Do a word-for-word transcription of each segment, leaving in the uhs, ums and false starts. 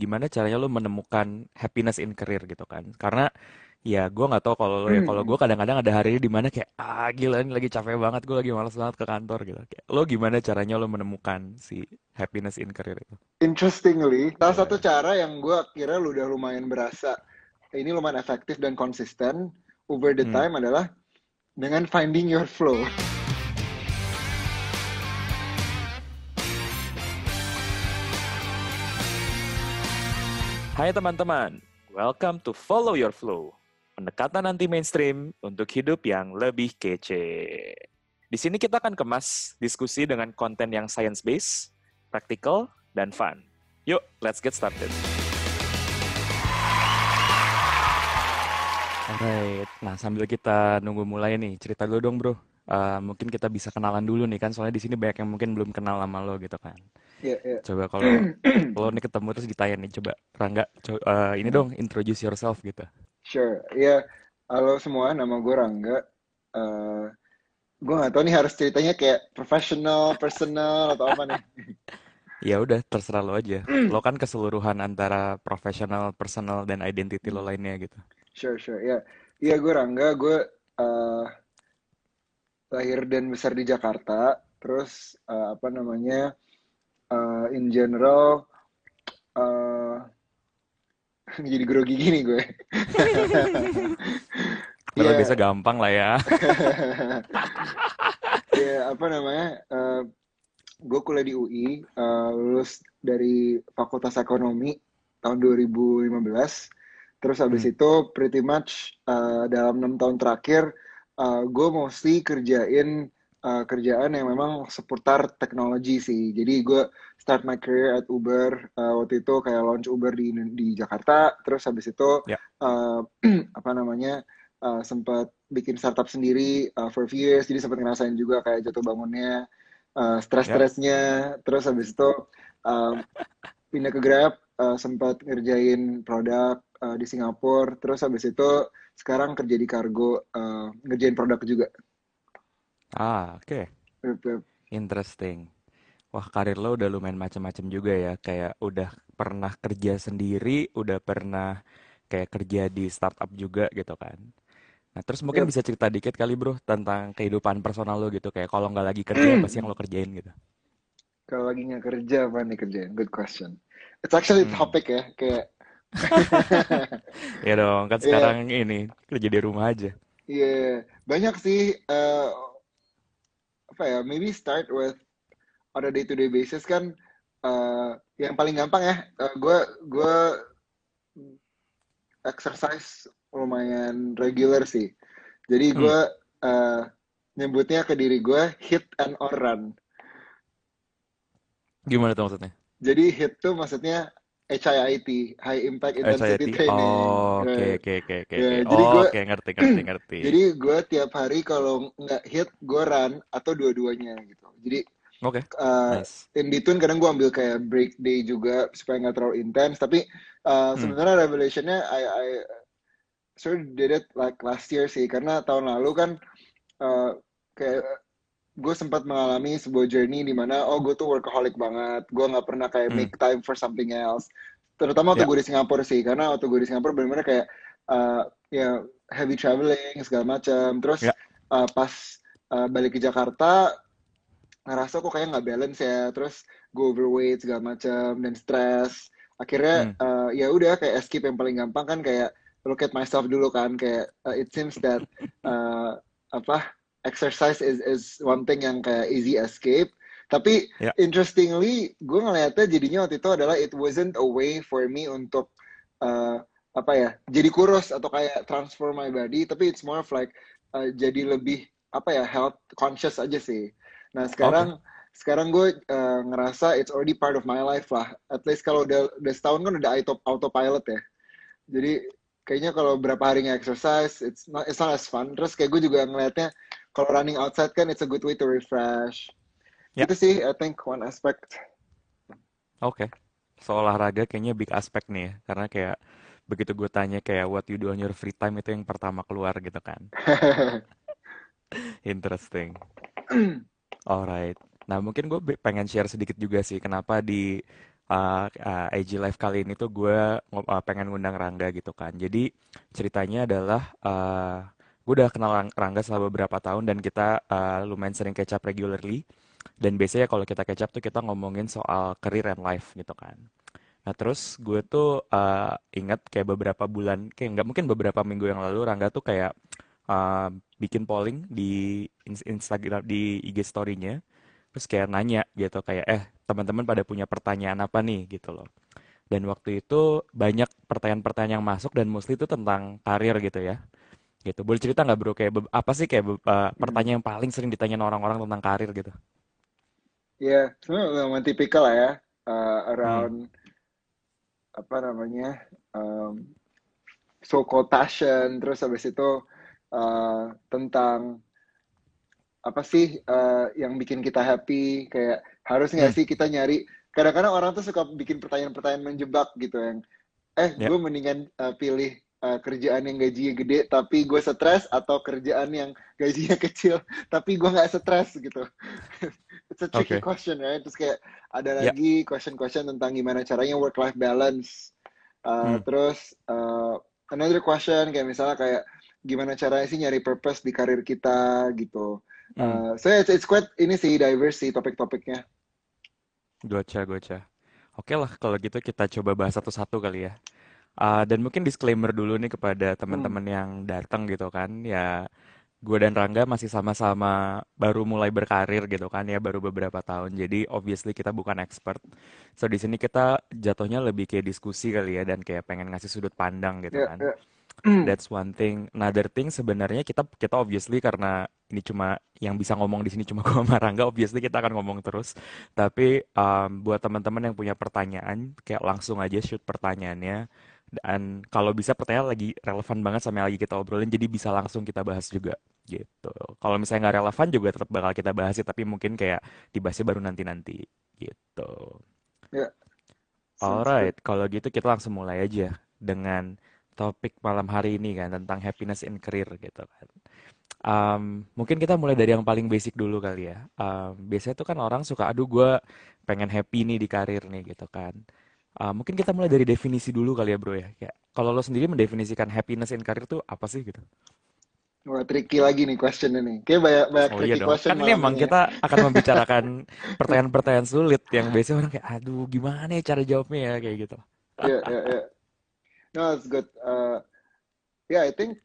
gimana caranya lo menemukan happiness in career gitu kan. Karena ya gue nggak tahu kalau lo ya, kalau gue kadang-kadang ada hari di mana kayak ah gila ini lagi capek banget, gue lagi malas banget ke kantor gitu. Kayak, lo gimana caranya lo menemukan si happiness in career itu? Interestingly, salah satu cara yang gue kira lu udah lumayan berasa ini lumayan efektif dan konsisten over the Hmm. time adalah dengan finding your flow. Hai teman-teman, welcome to Follow Your Flow. Pendekatan anti mainstream untuk hidup yang lebih kece. Di sini kita akan kemas diskusi dengan konten yang science-based, practical, dan fun. Yuk, let's get started. Alright, nah sambil kita nunggu mulai nih, cerita dulu dong bro. Eh, mungkin kita bisa kenalan dulu nih kan, soalnya di sini banyak yang mungkin belum kenal sama lo gitu kan. Ya, ya. Coba kalau lo nih ketemu terus ditanya nih, coba Rangga, co- eh, ini dong introduce yourself gitu. Sure. Ya, halo semua, nama gue Rangga. Eh gue nggak tahu nih harus ceritanya kayak professional, personal atau apa nih. Ya udah terserah lo aja. Lo kan keseluruhan antara profesional, personal, dan identity lo Hmm, lainnya gitu. Sure, sure. Ya, iya gue Rangga. Gue eh, lahir dan besar di Jakarta. Terus eh, apa namanya? eh, in general, eh jadi grogi gini gue. Kalau Iya. biasa gampang lah ya. Ya, apa namanya? eh gue kuliah di U I, eh, lulus dari Fakultas Ekonomi tahun dua ribu lima belas. Terus habis Hmm, itu pretty much eh, dalam enam tahun terakhir, eh, gue mostly kerjain eh, kerjaan yang memang seputar teknologi sih. Jadi gue start my career at Uber. Eh, waktu itu kayak launch Uber di di Jakarta. Terus habis itu ya, eh, apa namanya? eh, sempat bikin startup sendiri eh, for a few years. Jadi sempat ngerasain juga kayak jatuh bangunnya, uh, ya. stres-stresnya. Terus habis itu uh, pindah ke Grab, uh, sempat ngerjain produk uh, di Singapura. Terus habis itu sekarang kerja di Kargo, uh, ngerjain produk juga. Ah, oke. Yep, yep. Interesting. Wah, karir lo udah lumayan macam-macam juga ya. Kayak udah pernah kerja sendiri, udah pernah kayak kerja di startup juga gitu kan. Nah, terus mungkin Yep. bisa cerita dikit kali bro tentang kehidupan personal lo gitu. Kayak kalau nggak lagi kerja, apa sih yang lo kerjain gitu. Kalau lagi nggak kerja, apa nih kerjain? Good question. It's actually Hmm. topic ya, kayak Ya dong, kan sekarang ya, ini kerja di rumah aja. ya banyak sih. Uh, apa ya? Maybe start with on a day to day basis kan. Uh, yang paling gampang ya, uh, gue gue exercise lumayan regular sih. Jadi Hmm, gue uh, nyebutnya ke diri gue hit and or run. gimana tuh maksudnya? Jadi hit tuh maksudnya H I I T, High Impact Intensity H I I T. Training. Oh, oke Eh, oke oke oke ya, oke. jadi gue Oke, ngerti ngerti ngerti. jadi gue tiap hari kalau nggak hit gue run atau dua-duanya gitu. Jadi Oke, uh, nice. in between kadang gue ambil kayak break day juga supaya nggak terlalu intens. Tapi uh, Hmm, sebenarnya revelationnya I, I sort of did it like last year sih karena tahun lalu kan uh, kayak gue sempat mengalami sebuah journey di mana oh gue tuh workaholic banget, gue nggak pernah kayak hmm, make time for something else, terutama waktu ya, gue di Singapura sih karena waktu gue di Singapura benar-benar kayak uh, ya heavy traveling segala macam. Terus ya. uh, pas uh, balik ke Jakarta ngerasa kok kayak nggak balance ya, terus gue overweight segala macam dan stres. Akhirnya Hmm. uh, ya udah kayak escape yang paling gampang kan kayak look at myself dulu kan kayak uh, it seems that uh, apa exercise is is one thing yang kayak easy escape. Tapi Ya, interestingly gue ngeliatnya jadinya waktu itu adalah it wasn't a way for me untuk uh, apa ya jadi kurus atau kayak transform my body, tapi it's more of like uh, jadi lebih apa ya health conscious aja sih. Nah oke. sekarang sekarang gue uh, ngerasa it's already part of my life lah. At least kalau udah udah setahun kan udah auto autopilot ya. Jadi kayaknya kalau berapa hari nggak exercise, it's not it's not as fun. Terus kayak gue juga ngelihatnya kalau running outside kan it's a good way to refresh. Ya, Gitu sih, I think one aspect. oke. Soal olahraga kayaknya big aspek nih ya. Karena kayak begitu gue tanya kayak what you do on your free time itu yang pertama keluar gitu kan. Interesting. Alright. Nah, mungkin gue pengen share sedikit juga sih kenapa di uh, uh, I G Live kali ini tuh gue uh, pengen ngundang Rangga gitu kan. Jadi ceritanya adalah uh, gue udah kenal Rang- Rangga selama beberapa tahun dan kita uh, lumayan sering catch up regularly. Dan biasanya kalau kita catch up tuh kita ngomongin soal career and life gitu kan. Nah terus gue tuh uh, ingat kayak beberapa bulan, kayak nggak mungkin beberapa minggu yang lalu Rangga tuh kayak uh, bikin polling di ins- Instagram di I G story-nya. Terus kayak nanya gitu kayak eh teman-teman pada punya pertanyaan apa nih gitu loh. Dan waktu itu banyak pertanyaan-pertanyaan yang masuk dan mostly itu tentang karir gitu ya. Gitu. Boleh cerita nggak bro kayak be- apa sih kayak be- uh, Hmm. pertanyaan yang paling sering ditanyain orang-orang tentang karir gitu? Ya, sebenarnya memang tipikal lah ya, uh, Hmm. around apa namanya, um, so-called passion, terus habis itu uh, tentang apa sih uh, yang bikin kita happy, kayak harus Hmm. nggak sih kita nyari, kadang-kadang orang tuh suka bikin pertanyaan-pertanyaan menjebak gitu yang, eh Ya. gue mendingan uh, pilih uh, kerjaan yang gajinya gede tapi gue stres atau kerjaan yang gajinya kecil tapi gue nggak stres gitu. It's a tricky Oke. question, right? Terus kayak ada Ya. lagi question-question tentang gimana caranya work-life balance. Uh, Hmm. terus uh, another question kayak misalnya kayak gimana caranya sih nyari purpose di karir kita gitu. Hmm. Uh, so it's, it's quite ini sih diverse sih topik-topiknya. Gocah, gocah. Oke lah, kalau gitu kita coba bahas satu-satu kali ya. Ah, dan mungkin disclaimer dulu nih kepada Hmm. teman-teman yang datang gitu kan. Ya, gue dan Rangga masih sama-sama baru mulai berkarir gitu kan ya, baru beberapa tahun. Jadi obviously kita bukan expert. So di sini kita jatuhnya lebih kayak diskusi kali ya dan kayak pengen ngasih sudut pandang gitu Ya, kan. ya. That's one thing. Another thing sebenarnya kita kita obviously karena ini cuma yang bisa ngomong di sini cuma gue sama Rangga, obviously kita akan ngomong terus. Tapi um, buat teman-teman yang punya pertanyaan, kayak langsung aja shoot pertanyaannya. Dan kalau bisa pertanyaan lagi relevan banget sama yang lagi kita obrolin, jadi bisa langsung kita bahas juga gitu. Kalau misalnya nggak relevan juga tetap bakal kita bahas sih, tapi mungkin kayak dibahasnya baru nanti-nanti gitu. Ya, sounds good. Alright, kalau gitu kita langsung mulai aja dengan topik malam hari ini kan tentang happiness in career gitu kan. Um, mungkin kita mulai dari yang paling basic dulu kali ya. Um, biasanya tuh kan orang suka, aduh gue pengen happy nih di karir nih gitu kan. Uh, mungkin kita mulai dari definisi dulu kali ya bro ya. Kayak kalau lo sendiri mendefinisikan happiness in career tuh apa sih gitu? Wah, tricky lagi nih question ini. Kayak banyak banyak Oh iya tricky dong, question kan ini malam emang ini ya. kita akan membicarakan pertanyaan-pertanyaan sulit yang biasanya orang kayak, aduh gimana ya cara jawabnya ya kayak gitu. Ya, ya, ya. No, it's good. Uh, yeah, I think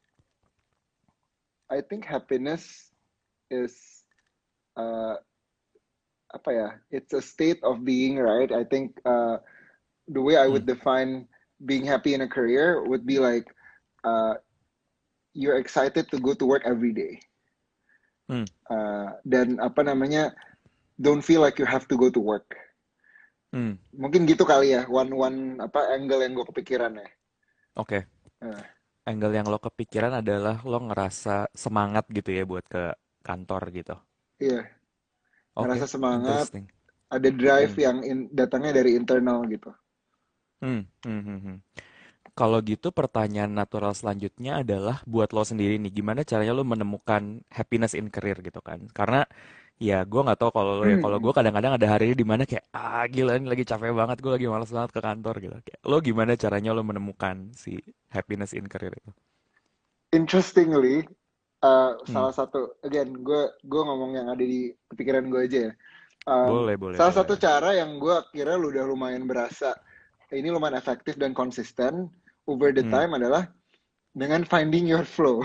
I think happiness is uh, apa ya? It's a state of being, right? I think uh, the way I Hmm, would define being happy in a career would be like uh, you're excited to go to work every day. hmm, Uh, dan apa namanya? Don't feel like you have to go to work. hmm. Mungkin gitu kali ya. One one apa angle yang gue kepikiran ya. Oke. Uh, Angle yang lo kepikiran adalah lo ngerasa semangat gitu ya buat ke kantor gitu. iya, ngerasa Oke, semangat, interesting. ada drive Hmm. yang in, datangnya dari internal gitu. Hmm, hmm, hmm, hmm. Kalau gitu pertanyaan natural selanjutnya adalah buat lo sendiri nih, gimana caranya lo menemukan happiness in career gitu kan? Karena ya gue nggak tahu kalau lo ya, kalau gue kadang-kadang ada hari di mana kayak ah gila ini lagi capek banget, gue lagi malas banget ke kantor gitu. Kayak, lo gimana caranya lo menemukan si happiness in career itu? Interestingly, uh, Hmm, salah satu, again, gue gue ngomong yang ada di pikiran gue aja ya. Um, boleh, boleh, salah boleh. satu cara yang gue kira lu udah lumayan berasa, ini lumayan efektif dan konsisten over the Hmm. time adalah dengan finding your flow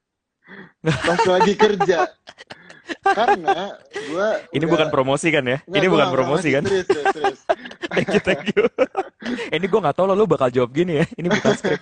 pas lagi kerja. Karena gue Ini udah, bukan promosi kan ya? nggak, Ini gue bukan nggak promosi promosi, kan? serius, serius, serius. Thank you, thank you. Ini gue nggak tahu lo, lo bakal jawab gini ya. Ini bukan skrip.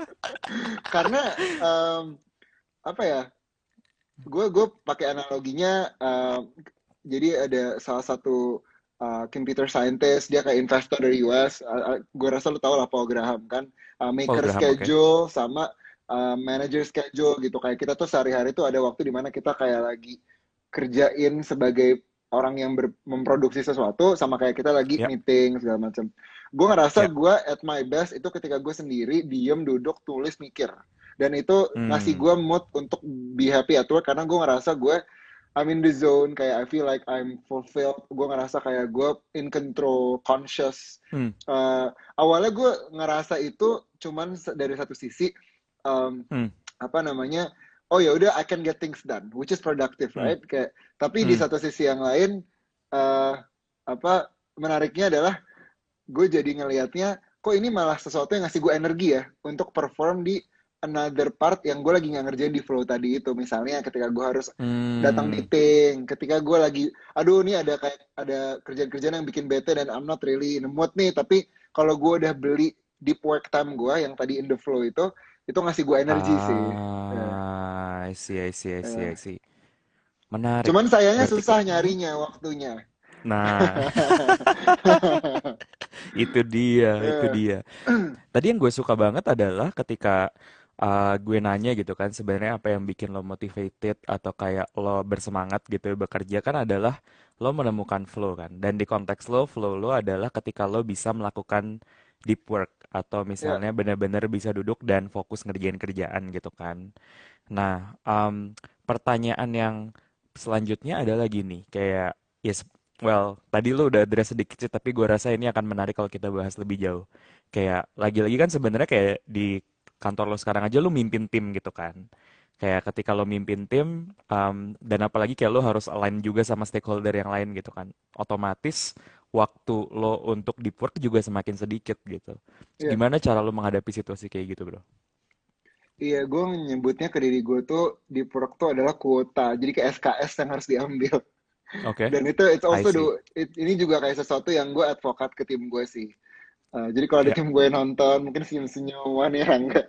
Karena um, apa ya, gue gue pakai analoginya, um, jadi ada salah satu uh, computer scientist, dia kayak investor dari U S, uh, uh, gue rasa lu tau lah Paul Graham kan, uh, Paul maker Graham, oke. schedule sama uh, manager schedule gitu, kayak kita tuh sehari-hari tuh ada waktu dimana kita kayak lagi kerjain sebagai orang yang ber- memproduksi sesuatu sama kayak kita lagi Ya, meeting segala macam. Gue ngerasa ya. gue at my best itu ketika gue sendiri diem duduk tulis mikir, dan itu ngasih Hmm, gue mood untuk be happy at work karena gue ngerasa gue I'm in the zone, kayak I feel like I'm fulfilled. Gue ngerasa kayak gue in control, conscious. Hmm. Uh, awalnya gue ngerasa itu cuman dari satu sisi, um, Hmm. apa namanya? Oh ya udah, I can get things done, which is productive, Hmm. right? Kayak, tapi di Hmm. satu sisi yang lain, uh, apa menariknya adalah gue jadi ngelihatnya, kok ini malah sesuatu yang ngasih gue energi ya untuk perform di another part yang gue lagi nggak ngerjain di flow tadi itu. Misalnya ketika gue harus datang Hmm. meeting, ketika gue lagi, aduh ini ada kayak ada kerjaan-kerjaan yang bikin bete dan I'm not really in the mood nih, tapi kalau gue udah beli deep work time gue yang tadi in the flow itu, itu ngasih gue energi sih. Ya, Ah, I see, I see, I see, I ya. see. Menarik. Cuman sayangnya Berarti susah ke- hmm? nyarinya waktunya. Nah, itu dia, itu Ya. dia. Tadi yang gue suka banget adalah ketika uh, gue nanya gitu kan, sebenarnya apa yang bikin lo motivated atau kayak lo bersemangat gitu bekerja kan adalah lo menemukan flow kan. Dan di konteks lo, flow lo adalah ketika lo bisa melakukan deep work atau Ya. misalnya benar-benar bisa duduk dan fokus ngerjain kerjaan gitu kan. Nah, um, pertanyaan yang selanjutnya adalah gini, kayak yes, well, tadi lo udah address sedikit sih, tapi gue rasa ini akan menarik kalau kita bahas lebih jauh. Kayak lagi-lagi kan sebenarnya kayak di kantor lo sekarang aja lo mimpin tim gitu kan. Kayak ketika lo mimpin tim, um, dan apalagi kayak lo harus align juga sama stakeholder yang lain gitu kan. Otomatis waktu lo untuk deep work juga semakin sedikit gitu. Ya. Gimana cara lo menghadapi situasi kayak gitu, bro? Iya, gue nyebutnya ke diri gue tuh di produk tuh adalah kuota. Jadi kayak S K S yang harus diambil. Oke, Dan itu it's I also do see. it- ini juga kayak sesuatu yang gue advokat ke tim gue sih. Uh, jadi kalau ada Ya. tim gue nonton, mungkin senyum-senyuman ya enggak.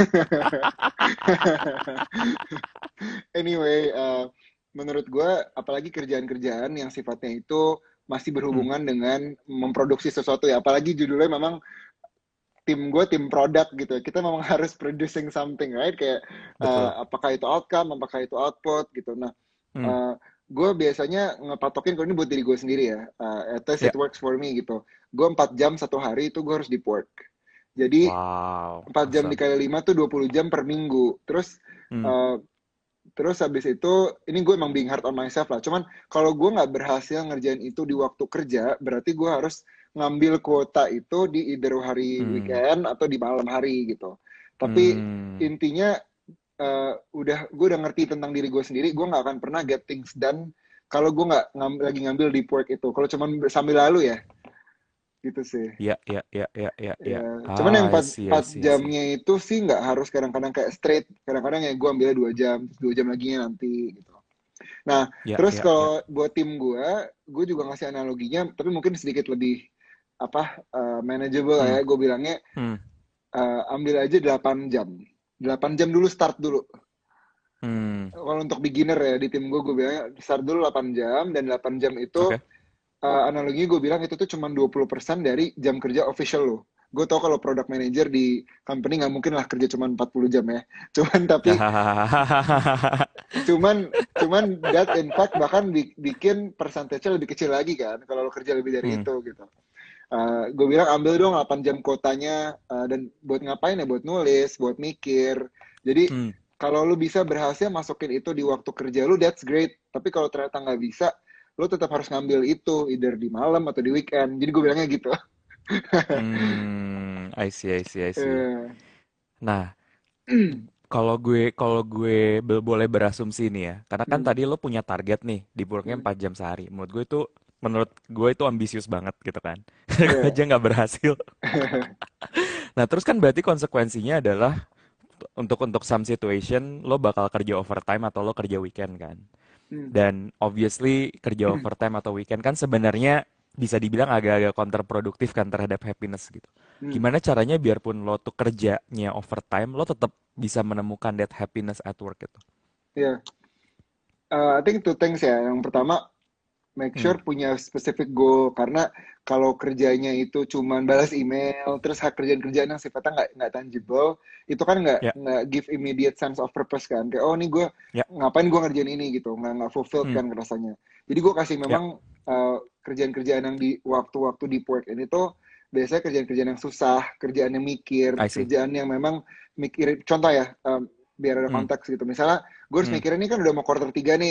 Anyway, uh, menurut gue, apalagi kerjaan-kerjaan yang sifatnya itu masih Hmm, berhubungan dengan memproduksi sesuatu ya. Apalagi judulnya memang tim gue tim produk gitu. Kita memang harus producing something, right? Kayak betul. uh, apakah itu outcome, apakah itu output gitu. Nah, Hmm, uh, gue biasanya ngepatokin kalau ini buat diri gue sendiri ya. Uh, at least ya. it works for me gitu. Gue empat jam satu hari itu gue harus deep work. Jadi Wow, empat jam awesome. dikali lima tuh dua puluh jam per minggu. Terus Hmm, uh, terus habis itu ini gue emang being hard on myself lah. Cuman kalau gue nggak berhasil ngerjain itu di waktu kerja, berarti gue harus ngambil kuota itu di either hari hmm, weekend atau di malam hari gitu. Tapi hmm. intinya uh, udah gue udah ngerti tentang diri gue sendiri, gue nggak akan pernah get things done kalau gue nggak ngam- lagi ngambil deep work itu. Kalau cuman sambil lalu ya, gitu sih. Ya, ya, ya, ya, ya, ya. Ya, cuman yang Ah, I empat, see, I empat see, I see. jamnya itu sih nggak harus kadang-kadang kayak straight. Kadang-kadang ya gue ambilnya dua jam, dua jam lagi nanti gitu. Nah, Ya, terus ya, ya. kalau buat tim gue, gue juga ngasih analoginya, tapi mungkin sedikit lebih apa uh, manageable lah Hmm, ya. Gue bilangnya hmm, uh, ambil aja delapan jam. Delapan jam dulu start dulu. hmm. Kalau untuk beginner ya di tim gue, gue bilangnya start dulu delapan jam dan delapan jam itu Oke. uh, analoginya gue bilang itu tuh cuma dua puluh persen dari jam kerja official lo. Gue tau kalau product manager di company nggak mungkin lah kerja cuma empat puluh jam ya. Cuman tapi cuman cuman that in fact bahkan bi- bikin persentasenya lebih kecil lagi kan kalau lo kerja lebih dari Hmm, itu gitu. Uh, gue bilang ambil dong delapan jam kotanya uh, dan buat ngapain ya, buat nulis, buat mikir. Jadi hmm. kalau lo bisa berhasil masukin itu di waktu kerja lo, that's great. Tapi kalau ternyata nggak bisa, lo tetap harus ngambil itu either di malam atau di weekend. Jadi gue bilangnya gitu. Hmm, I see, I see, I see. Eh, Nah, kalau gue kalau gue be- boleh berasumsi nih ya, karena kan hmm, tadi lo punya target nih di worknya hmm, empat jam sehari. Menurut gue itu menurut gue itu ambisius banget gitu kan. Gue yeah. aja nggak berhasil. Nah, terus kan berarti konsekuensinya adalah untuk untuk some situation lo bakal kerja overtime atau lo kerja weekend kan. Hmm, Dan obviously kerja overtime atau weekend kan sebenarnya bisa dibilang agak-agak counterproduktif kan terhadap happiness gitu. hmm, Gimana caranya biarpun lo tuh kerjanya overtime, lo tetap bisa menemukan that happiness at work gitu. yeah. Uh, I think two things ya. Yang pertama, make Hmm, sure punya specific goal, karena kalau kerjanya itu cuman balas email terus hak kerjaan-kerjaan yang sifatnya nggak nggak tangible, itu kan nggak ya, nggak give immediate sense of purpose kan, kayak oh nih gue ya, ngapain gue ngerjain ini gitu, nggak nggak fulfilled hmm, kan rasanya. Jadi gue kasih ya, memang uh, kerjaan-kerjaan yang di waktu-waktu deep work ini tuh biasanya kerjaan-kerjaan yang susah, kerjaan yang mikir, I see. kerjaan yang memang mikir. Contoh ya, um, biar ada Hmm, konteks gitu, misalnya gue harus hmm, mikirin ini kan udah mau quarter tiga nih,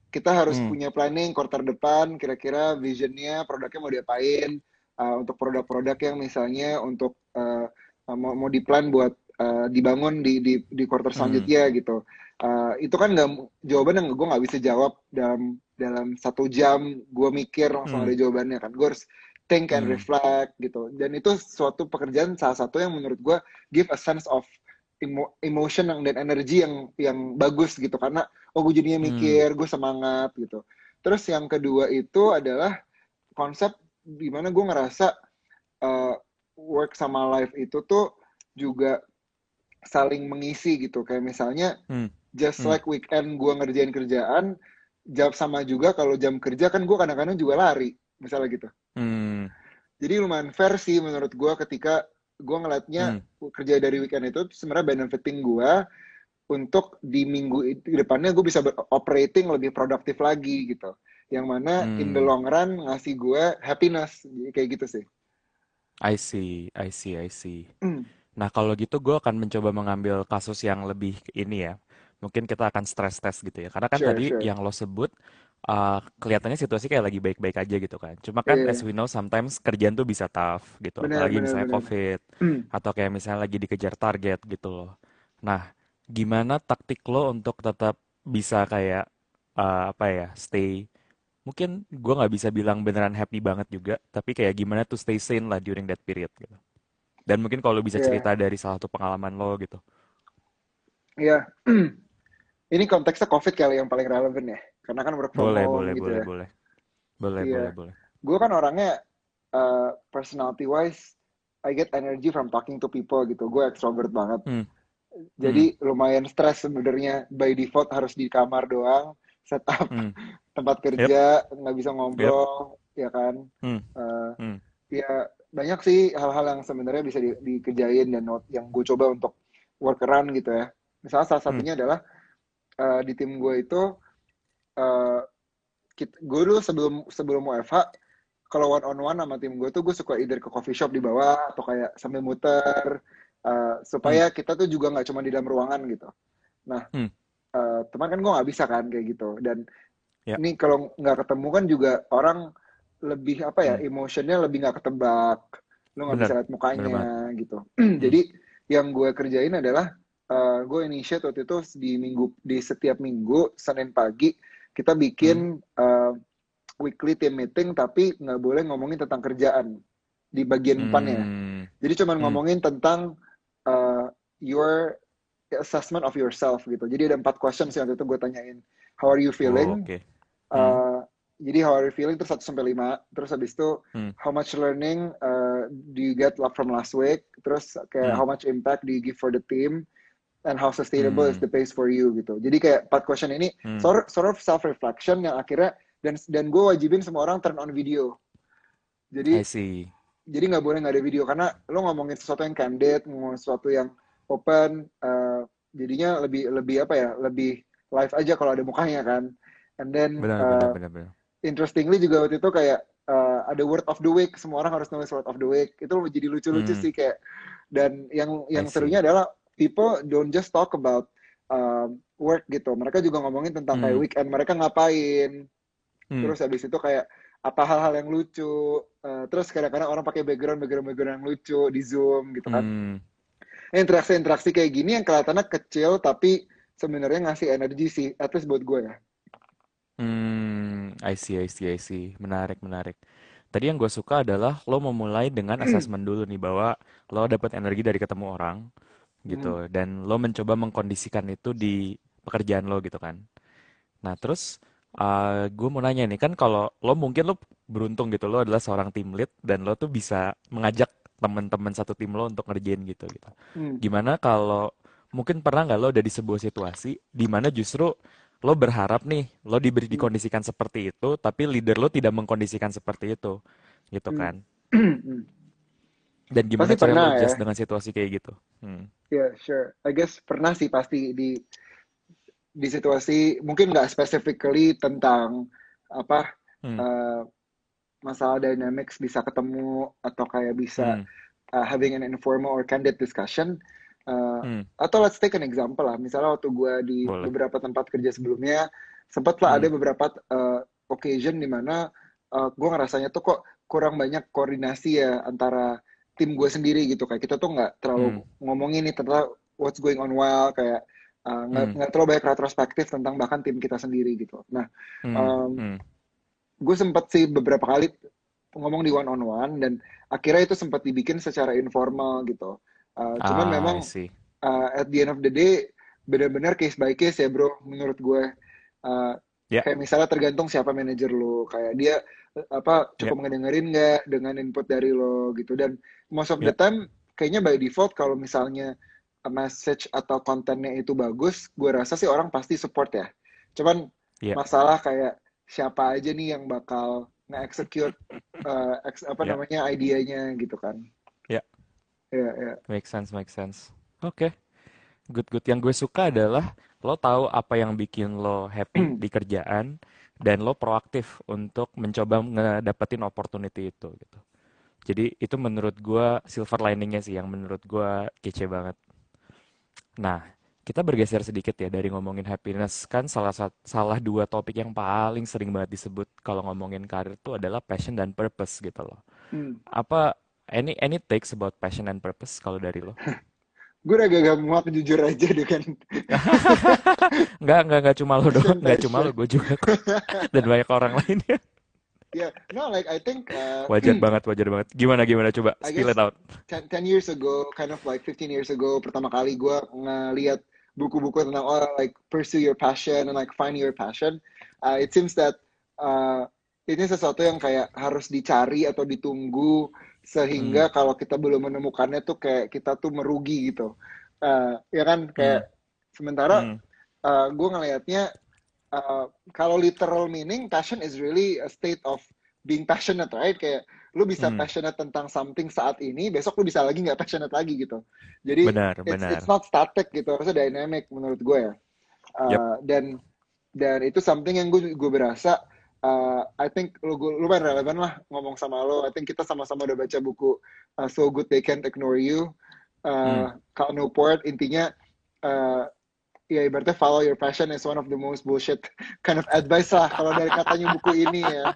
kita harus Hmm. punya planning quarter depan, kira-kira visionnya, produknya mau diapain, uh, untuk produk-produk yang misalnya untuk uh, mau mau diplan buat uh, dibangun di di di quarter Hmm. selanjutnya gitu. Uh, itu kan nggak jawaban yang gue nggak bisa jawab dalam dalam satu jam. Gue mikir langsung Hmm. ada jawabannya kan. Gue harus think and Hmm. reflect gitu. Dan itu suatu pekerjaan salah satu yang menurut gue give a sense of emo emotion yang, dan energi yang yang bagus gitu karena oh gue jadinya Hmm. mikir, gue semangat gitu. Terus yang kedua itu adalah konsep di mana gue ngerasa uh, work sama life itu tuh juga saling mengisi gitu. Kayak misalnya Hmm. just Hmm. like weekend gue ngerjain kerjaan, jam sama juga kalau jam kerja kan gue kadang-kadang juga lari, misalnya gitu. Hmm. Jadi lumayan fair sih menurut gue ketika gue ngeliatnya Hmm. kerja dari weekend itu sebenarnya benefiting gue untuk di minggu ke depannya gue bisa operating lebih produktif lagi gitu. Yang mana in the Hmm. long run ngasih gue happiness kayak gitu sih. I see, I see, I see. Hmm, Nah, kalau gitu gue akan mencoba mengambil kasus yang lebih ini ya. Mungkin kita akan stress test gitu ya. Karena kan sure, tadi sure. yang lo sebut uh, kelihatannya situasi kayak lagi baik-baik aja gitu kan. Cuma kan as Iya, we know sometimes kerjaan tuh bisa tough gitu. benar, Apalagi benar, misalnya benar. COVID Hmm, atau kayak misalnya lagi dikejar target gitu loh. Nah, gimana taktik lo untuk tetap bisa kayak uh, apa ya, stay mungkin gue nggak bisa bilang beneran happy banget juga, tapi kayak gimana tuh stay sane lah during that period gitu. Dan mungkin kalau bisa iya, cerita dari salah satu pengalaman lo gitu. iya. Ini konteksnya COVID kali yang paling relevan ya, karena kan work from Boleh, home boleh, gitu boleh, ya. boleh. Boleh, boleh, Iya, boleh. gue kan orangnya uh, personality wise, I get energy from talking to people gitu. Gue extrovert banget. Hmm, hmm, Jadi lumayan stres sebenarnya by default harus di kamar doang, setup hmm. tempat Yep, kerja, nggak bisa yep. ngobrol, ya kan. Hmm, Uh, hmm, ya banyak sih hal-hal yang sebenarnya bisa di, dikerjain dan not- yang gue coba untuk work around gitu ya. Misalnya salah hmm, satunya adalah uh, di tim gue itu, uh, kit- gue dulu sebelum sebelum W F H, kalau one on one sama tim gue tuh gue suka either ke coffee shop di bawah atau kayak sambil muter, uh, hmm, supaya kita tuh juga nggak cuma di dalam ruangan gitu. Nah, hmm. uh, teman kan gue nggak bisa kan kayak gitu. Dan Ya, ini kalau nggak ketemu kan juga orang lebih apa ya, hmm. emotionnya lebih nggak ketebak. Lo nggak bisa Bener, lihat bener banget. mukanya gitu. Hmm, Jadi yang gue kerjain adalah uh, gue initiate waktu itu di minggu di setiap minggu Senin pagi kita hmm, bikin uh, weekly team meeting tapi nggak boleh ngomongin tentang kerjaan di bagian depannya. hmm, Jadi cuma hmm. ngomongin tentang uh, your assessment of yourself gitu. Jadi ada empat questions yang waktu itu gue tanyain. How are you Oh, feeling? oke. Hmm, Uh, jadi how are you feeling terus satu sampai lima. Terus habis itu hmm, how much learning uh, do you get from last week? Terus kayak hmm, how much impact do you give for the team? And how sustainable is hmm, the pace for you gitu. Jadi kayak empat question ini hmm. sort, sort of self reflection yang akhirnya dan dan gue wajibin semua orang turn on video. I Jadi see. jadi nggak boleh nggak ada video karena lo ngomongin sesuatu yang candid, ngomongin sesuatu yang open, uh, jadinya lebih lebih apa ya, lebih live aja kalau ada mukanya kan. And then Benar, benar, uh, benar, benar. interestingly juga waktu itu kayak uh, ada word of the week, semua orang harus nulis word of the week. Itu jadi lucu-lucu Hmm, sih kayak. Dan yang I yang see. serunya adalah people don't just talk about um, work gitu. Mereka juga ngomongin tentang kayak Hmm, weekend mereka ngapain. hmm, Terus habis itu kayak apa hal-hal yang lucu. Uh, terus kadang-kadang orang pakai background background background yang lucu di Zoom gitu kan. hmm. Interaksi-interaksi kayak gini yang kelihatannya kecil tapi sebenarnya ngasih energi sih, at least buat gue ya. Hmm, I see, I see, I see. Menarik, menarik. Tadi yang gue suka adalah lo memulai dengan assessment dulu nih bahwa lo dapat energi dari ketemu orang Mhm. gitu dan lo mencoba mengkondisikan itu di pekerjaan lo gitu kan. Nah terus uh, gue mau nanya nih kan kalau lo mungkin lo beruntung gitu lo adalah seorang team lead dan lo tuh bisa mengajak teman-teman satu tim lo untuk ngerjain gitu gitu. Hmm. Gimana kalau mungkin pernah nggak lo ada di sebuah situasi di mana justru lo berharap nih lo diberi Hmm. dikondisikan seperti itu tapi leader lo tidak mengkondisikan seperti itu gitu Hmm. kan. Hmm. Dan gimana Pasti cara lo pernah ya. adjust dengan situasi kayak gitu? Hmm. Ya, yeah, sure. I guess pernah sih pasti di di situasi mungkin nggak specifically tentang apa Hmm. uh, masalah dynamics bisa ketemu atau kayak bisa Hmm. uh, having an informal or candid discussion. Uh, Hmm. atau let's take an example lah. Misalnya waktu gue di Boleh. beberapa tempat kerja sebelumnya, Sempet lah ada Hmm. beberapa uh, occasion di mana uh, gue ngerasanya tuh kok kurang banyak koordinasi ya antara tim gue sendiri gitu. Kayak kita tuh nggak Hmm. terlalu ngomongin nih tentang what's going on well, kayak uh, nggak Hmm. nggak terlalu banyak retrospektif tentang bahkan tim kita sendiri gitu. Nah, Hmm. um, Hmm. gue sempet sih beberapa kali ngomong di one on one dan akhirnya itu sempat dibikin secara informal gitu. Uh, cuman Ah, memang I see. uh, at the end of the day benar-benar case by case ya bro menurut gue. Uh, Ya, kayak misalnya tergantung siapa manajer lo, kayak dia uh, apa ya, cukup ngedengerin nggak dengan input dari lo gitu. Dan most of the ya. time kayaknya by default kalau misalnya a message atau kontennya itu bagus, gue rasa sih orang pasti support ya. Cuman Ya, masalah kayak siapa aja nih yang bakal nge-execute uh, ex- apa ya, namanya idenya gitu kan. ya. Ya, ya. Make sense, make sense. Oke, good, good. Yang gue suka adalah lo tahu apa yang bikin lo happy di kerjaan dan lo proaktif untuk mencoba ngedapetin opportunity itu gitu. Jadi itu menurut gue silver liningnya sih yang menurut gue kece banget. Nah, kita bergeser sedikit ya dari ngomongin happiness kan salah sat- salah dua topik yang paling sering banget disebut kalau ngomongin karir itu adalah passion dan purpose gitu loh. Hmm. Apa any any takes about passion and purpose kalau dari lo? Gue udah gak muak jujur aja dengan Nggak, nggak, nggak cuma lo doang, passion nggak cuma lo, passion. gue juga kok. Dan banyak orang lainnya. Yeah, no, like I think uh, Wajar banget, wajar banget. Gimana, gimana, coba I spill guess it out. ten, ten years ago, kind of like fifteen years ago, pertama kali gue ngeliat buku-buku tentang oh like pursue your passion and like find your passion. Uh, it seems that uh, ini sesuatu yang kayak harus dicari atau ditunggu Hmm, sehingga kalau kita belum menemukannya tuh kayak kita tuh merugi gitu. Uh, ya kan hmm, kayak sementara hmm, uh, gue ngelihatnya uh, kalau literal meaning passion is really a state of being passionate, right? Kayak lu bisa hmm. passionate tentang something saat ini, besok lu bisa lagi nggak passionate lagi gitu. Jadi Benar, it's it's benar. not static gitu, harusnya dynamic menurut gue ya. Yap. Uh, dan dan itu something yang gue gue berasa uh, I think lu lu lumayan relevan lah ngomong sama lo. I think kita sama-sama udah baca buku uh, So Good They Can't Ignore You. Hmm, Uh, Cal Newport intinya uh, ya ibaratnya follow your passion is one of the most bullshit kind of advice lah kalau dari katanya buku ini ya.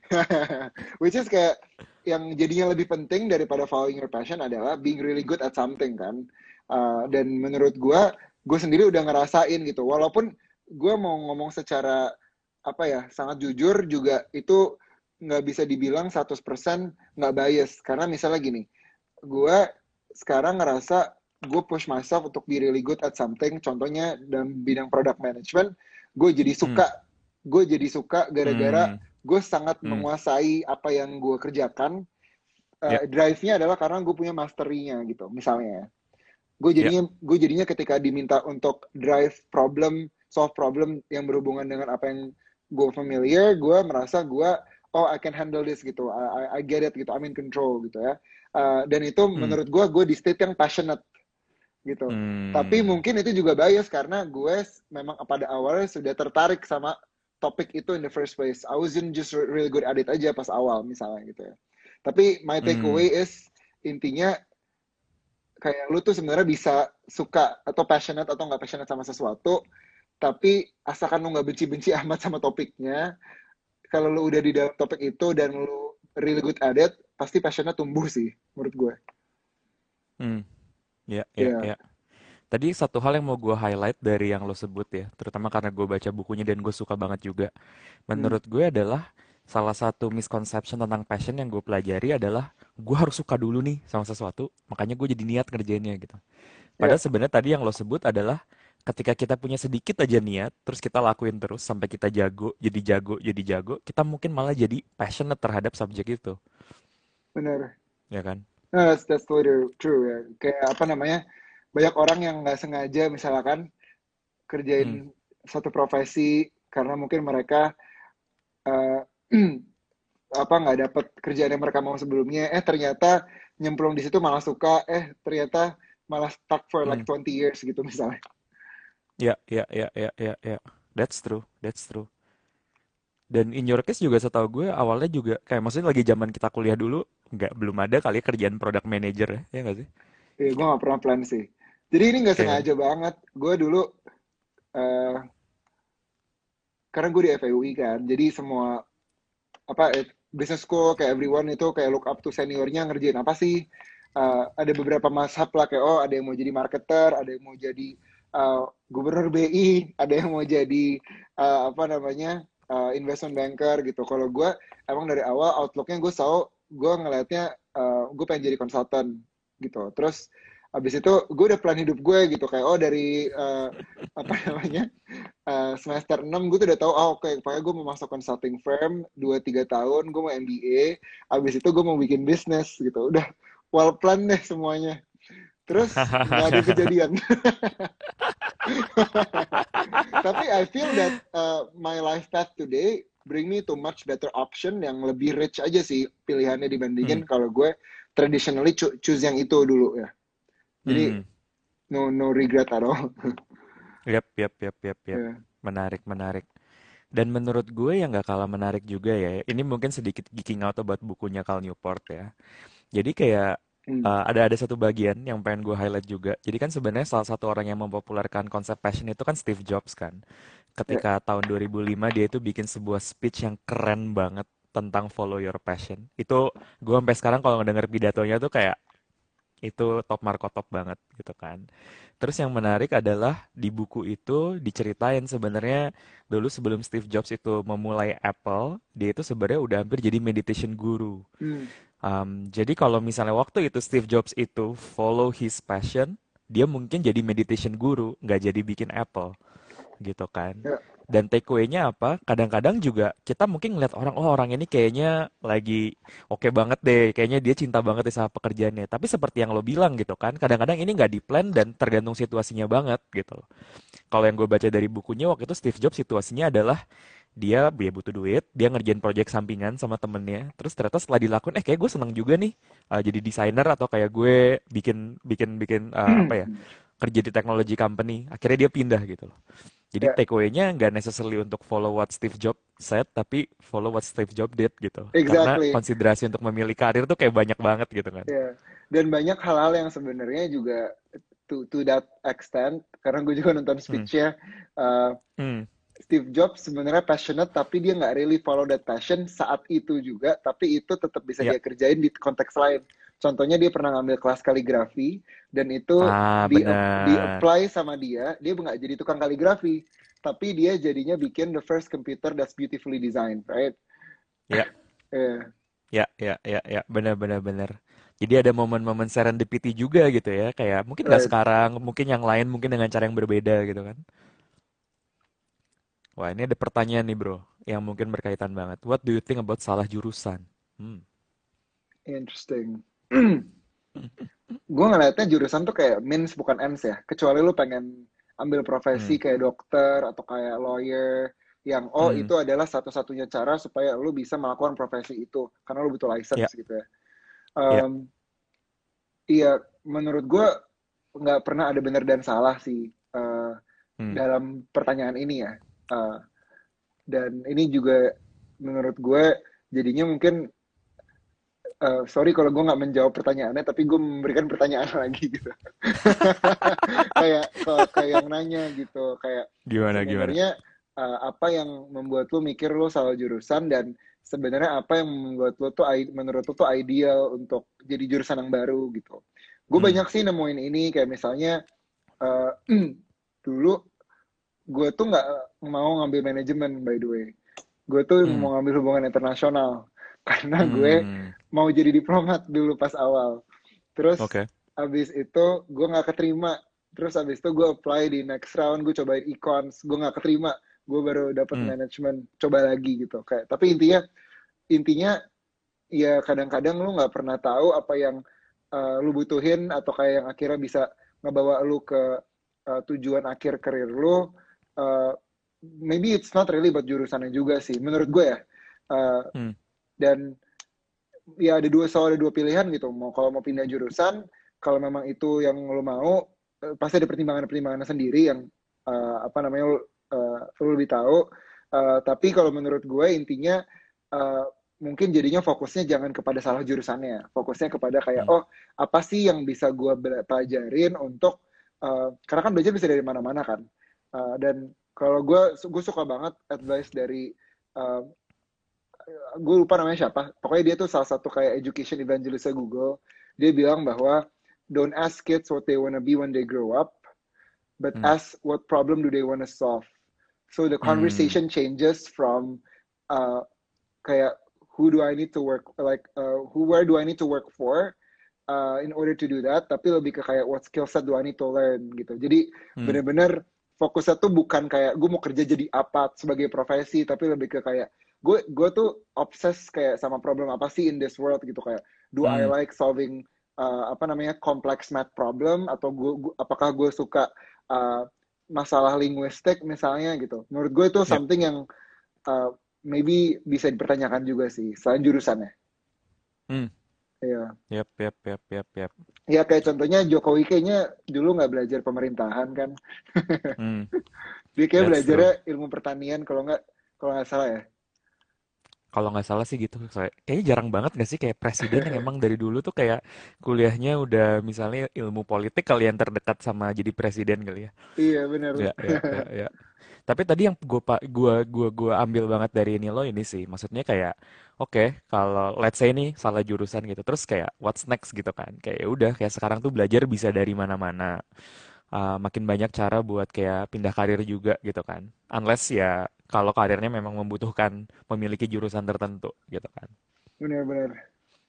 Which is kayak yang jadinya lebih penting daripada following your passion adalah being really good at something kan. Uh, dan menurut gue, gue sendiri udah ngerasain gitu. Walaupun gue mau ngomong secara apa ya sangat jujur juga itu nggak bisa dibilang seratus persen nggak bias. Karena misalnya gini, gue sekarang ngerasa gue push myself untuk be really good at something. Contohnya dalam bidang product management, gue jadi hmm, suka, gue jadi suka gara-gara hmm, gue sangat hmm. menguasai apa yang gue kerjakan. Ya, Uh, drive-nya adalah karena gue punya mastery-nya gitu, misalnya. Gue ya. jadinya, gue jadinya ketika diminta untuk drive problem, solve problem yang berhubungan dengan apa yang gue familiar, gue merasa gue, oh I can handle this gitu, I, I, I get it gitu, I'm in control gitu ya. Uh, dan itu Hmm, menurut gue, gue di state yang passionate gitu. Tapi hmm. mungkin itu juga bias karena gue memang pada awalnya sudah tertarik sama topik itu in the first place. I wasn't just really good at it aja pas awal misalnya gitu ya. Tapi my Hmm, takeaway is intinya kayak lu tuh sebenarnya bisa suka atau passionate atau nggak passionate sama sesuatu, tapi asalkan lu nggak benci-benci amat sama topiknya, kalau lu udah di dalam topik itu dan lu really good at it, pasti passionnya tumbuh sih menurut gue. hmm. Ya, ya, Ya. ya. Tadi satu hal yang mau gue highlight dari yang lo sebut ya, terutama karena gue baca bukunya dan gue suka banget juga. Hmm. Menurut gue adalah salah satu misconception tentang passion yang gue pelajari adalah gue harus suka dulu nih sama sesuatu, makanya gue jadi niat ngerjainnya gitu. Ya. Padahal sebenarnya tadi yang lo sebut adalah ketika kita punya sedikit aja niat, terus kita lakuin terus sampai kita jago, jadi jago, jadi jago, kita mungkin malah jadi passionate terhadap subjek itu, Benar. ya kan? No, that's that's totally true ya. Kayak apa namanya? Banyak orang yang nggak sengaja misalkan Hmm, kerjain satu profesi karena mungkin mereka uh, apa nggak dapat kerjaan yang mereka mau sebelumnya. Eh ternyata nyemplung di situ malah suka. Eh ternyata malah stuck for like hmm. twenty years gitu misalnya. Ya, ya, ya, ya, ya, ya. That's true, that's true. Dan in your case juga setahu gue awalnya juga kayak maksudnya lagi zaman kita kuliah dulu nggak belum ada kali ya kerjaan product manager ya, ya nggak sih? Ya, gue nggak pernah plan sih. Jadi ini nggak Iya kan? sengaja banget. Gue dulu uh, karena gue di F E U I kan, jadi semua apa eh, business school kayak everyone itu kayak look up to seniornya ngerjain apa sih. Uh, ada beberapa mazhab lah kayak oh ada yang mau jadi marketer, ada yang mau jadi uh, gubernur B I, ada yang mau jadi uh, apa namanya uh, investment banker gitu. Kalau gue emang dari awal outlooknya gue selalu gue ngelihatnya uh, gue pengen jadi konsultan gitu. Terus abis itu gue udah plan hidup gue gitu kayak oh dari uh, apa namanya uh, semester enam gue tuh udah tahu oh oke okay, pokoknya gue mau masuk consulting firm dua tiga tahun gue mau M B A abis itu gue mau bikin bisnis gitu udah well plan deh semuanya terus nggak ada kejadian tapi I feel that uh, my life path today bring me to much better option yang lebih rich aja sih pilihannya dibandingin hmm. kalau gue traditionally choose yang itu dulu ya jadi hmm. no no regret at all. Yap, yap, yap, yap, yap. Yeah. Menarik, menarik. Dan menurut gue yang gak kalah menarik juga ya, ini mungkin sedikit geeking out about bukunya Cal Newport ya. Jadi kayak hmm. uh, ada ada satu bagian yang pengen gue highlight juga. Jadi kan sebenarnya salah satu orang yang mempopulerkan konsep passion itu kan Steve Jobs kan. Ketika yeah. tahun dua ribu lima dia itu bikin sebuah speech yang keren banget tentang follow your passion. Itu gue sampai sekarang kalau ngedenger pidatonya tuh kayak itu top marko top banget gitu kan. Terus yang menarik adalah di buku itu diceritain sebenarnya dulu sebelum Steve Jobs itu memulai Apple, dia itu sebenarnya udah hampir jadi meditation guru. Hmm. Um, jadi kalau misalnya waktu itu Steve Jobs itu follow his passion, dia mungkin jadi meditation guru, nggak jadi bikin Apple, gitu kan. Yeah. Dan takeaway-nya apa? Kadang-kadang juga kita mungkin ngeliat orang, oh orang ini kayaknya lagi oke okay banget deh, kayaknya dia cinta banget deh sama pekerjaannya. Tapi seperti yang lo bilang gitu kan, kadang-kadang ini nggak di-plan dan tergantung situasinya banget gitu. Kalau yang gue baca dari bukunya, waktu itu Steve Jobs situasinya adalah dia, dia butuh duit, dia ngerjain project sampingan sama temennya, terus ternyata setelah dilakuin, eh kayak gue seneng juga nih uh, jadi desainer atau kayak gue bikin bikin bikin uh, apa ya kerja di technology company. Akhirnya dia pindah gitu loh. Jadi yeah. takeaway-nya nggak necessarily untuk follow what Steve Jobs said, tapi follow what Steve Jobs did gitu. Exactly. Karena konsiderasi untuk memilih karir tuh kayak banyak banget gitu kan. Yeah. Dan banyak hal-hal yang sebenarnya juga to to that extent, karena gue juga nonton speech-nya, hmm. Uh, hmm. Steve Jobs sebenarnya passionate, tapi dia nggak really follow that passion saat itu juga, tapi itu tetap bisa yeah. dia kerjain di konteks lain. Contohnya dia pernah ngambil kelas kaligrafi dan itu ah, di, di apply sama dia, dia nggak jadi tukang kaligrafi, tapi dia jadinya bikin the first computer that's beautifully designed, right? Ya, yeah. ya, ya, ya, ya, benar-benar benar. Jadi ada momen-momen serendipity juga gitu ya, kayak mungkin nggak right. sekarang, mungkin yang lain, mungkin dengan cara yang berbeda gitu kan. Wah, ini ada pertanyaan nih bro, yang mungkin berkaitan banget. What do you think about salah jurusan? Hmm. Interesting. Gue ngeliatnya jurusan tuh kayak means bukan ends ya. Kecuali lu pengen ambil profesi hmm. kayak dokter atau kayak lawyer yang oh hmm. itu adalah satu-satunya cara supaya lu bisa melakukan profesi itu karena lu butuh license yeah. gitu ya. Um, yeah. Iya, menurut gue nggak pernah ada benar dan salah sih uh, hmm. dalam pertanyaan ini ya. Uh, dan ini juga menurut gue jadinya mungkin Uh, sorry kalau gue nggak menjawab pertanyaannya, tapi gue memberikan pertanyaan lagi gitu. kayak kayak yang nanya gitu, kayak gimana sebenarnya uh, apa yang membuat lo mikir lo salah jurusan dan sebenarnya apa yang membuat lo tuh menurut lo tuh ideal untuk jadi jurusan yang baru gitu. Gue hmm. banyak sih nemuin ini kayak misalnya uh, dulu gue tuh nggak mau ngambil manajemen by the way, gue tuh hmm. mau ngambil hubungan internasional. Karena gue hmm. mau jadi diplomat dulu pas awal. Terus okay. abis itu gue gak keterima. Terus abis itu gue apply di next round, gue cobain econs, gue gak keterima. Gue baru dapet hmm. management, coba lagi gitu. Kayak, tapi intinya, intinya ya kadang-kadang lu gak pernah tahu apa yang uh, lu butuhin atau kayak yang akhirnya bisa ngebawa lu ke uh, tujuan akhir karir lu. Uh, maybe it's not really buat jurusannya juga sih, menurut gue ya. Uh, hmm. Dan ya ada dua soal ada dua pilihan gitu, mau kalau mau pindah jurusan, kalau memang itu yang lo mau pasti ada pertimbangan-pertimbangan sendiri yang uh, apa namanya lo, uh, lo lebih tahu, uh, tapi kalau menurut gue intinya uh, mungkin jadinya fokusnya jangan kepada salah jurusannya, fokusnya kepada kayak hmm. oh apa sih yang bisa gue pelajarin untuk uh, karena kan belajar bisa dari mana-mana kan, uh, dan Kalau gue gue suka banget advice dari uh, gue lupa namanya siapa. Pokoknya dia tuh salah satu kayak education evangelist Google. Dia bilang bahwa don't ask kids what they wanna be when they grow up, but Hmm. ask what problem do they wanna solve. So the Hmm. conversation changes from uh, kayak who do I need to work like uh, who where do I need to work for uh, in order to do that, tapi lebih ke kayak what skill set do I need to learn gitu. Jadi Hmm. bener-bener fokusnya tuh bukan kayak gue mau kerja jadi apa sebagai profesi, tapi lebih ke kayak gue gue tuh obses kayak sama problem apa sih in this world gitu, kayak do I Hmm. like solving uh, apa namanya complex math problem, atau gue, gue apakah gue suka uh, masalah linguistik misalnya gitu. Menurut gue itu Yep. something yang uh, maybe bisa dipertanyakan juga sih selain jurusannya. Hmm. Iya. Yep, yep, yep, yep, yep. Ya kayak contohnya Jokowi kayaknya dulu nggak belajar pemerintahan kan. Hmm. Dia kayak That's true. belajarnya ilmu pertanian kalau nggak kalau nggak salah ya. Kalau nggak salah sih gitu. Kayak- Kayaknya jarang banget nggak sih kayak presiden yang emang dari dulu tuh kayak kuliahnya udah misalnya ilmu politik kali yang terdekat sama jadi presiden kali ya. Iya benar. Ya, ya, ya, ya. Tapi tadi yang gue pak gua gua gua ambil banget dari ini lo ini sih, maksudnya kayak oke kalau let's say ini salah jurusan gitu, terus kayak what's next gitu kan, kayak ya udah kayak sekarang tuh belajar bisa dari mana-mana. Uh, makin banyak cara buat kayak pindah karir juga gitu kan, unless ya kalau karirnya memang membutuhkan memiliki jurusan tertentu gitu kan. Benar-benar.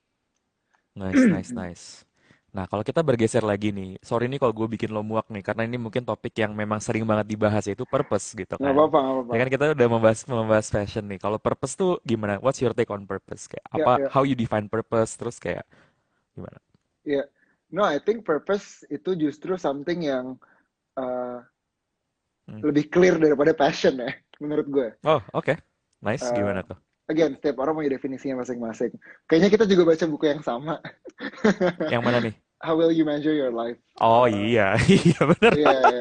Nice, nice, nice. Nah, kalau kita bergeser lagi nih, sorry nih kalau gue bikin lo muak nih, karena ini mungkin topik yang memang sering banget dibahas, yaitu purpose gitu Nggak kan. apa-apa, nggak apa-apa. Ya kan kita udah membahas membahas fashion nih. Kalau purpose tuh gimana? What's your take on purpose? Kayak Ya, apa? ya, How you define purpose? Terus kayak gimana? ya. No, I think purpose itu justru something yang uh, Hmm. lebih clear daripada passion ya, menurut gue. Oh, oke. Nice. Uh, Gimana tuh? Again, setiap orang punya definisinya masing-masing. Kayaknya kita juga baca buku yang sama. Yang mana nih? How will you measure your life? Oh Uh, iya, iya bener. Iya, iya.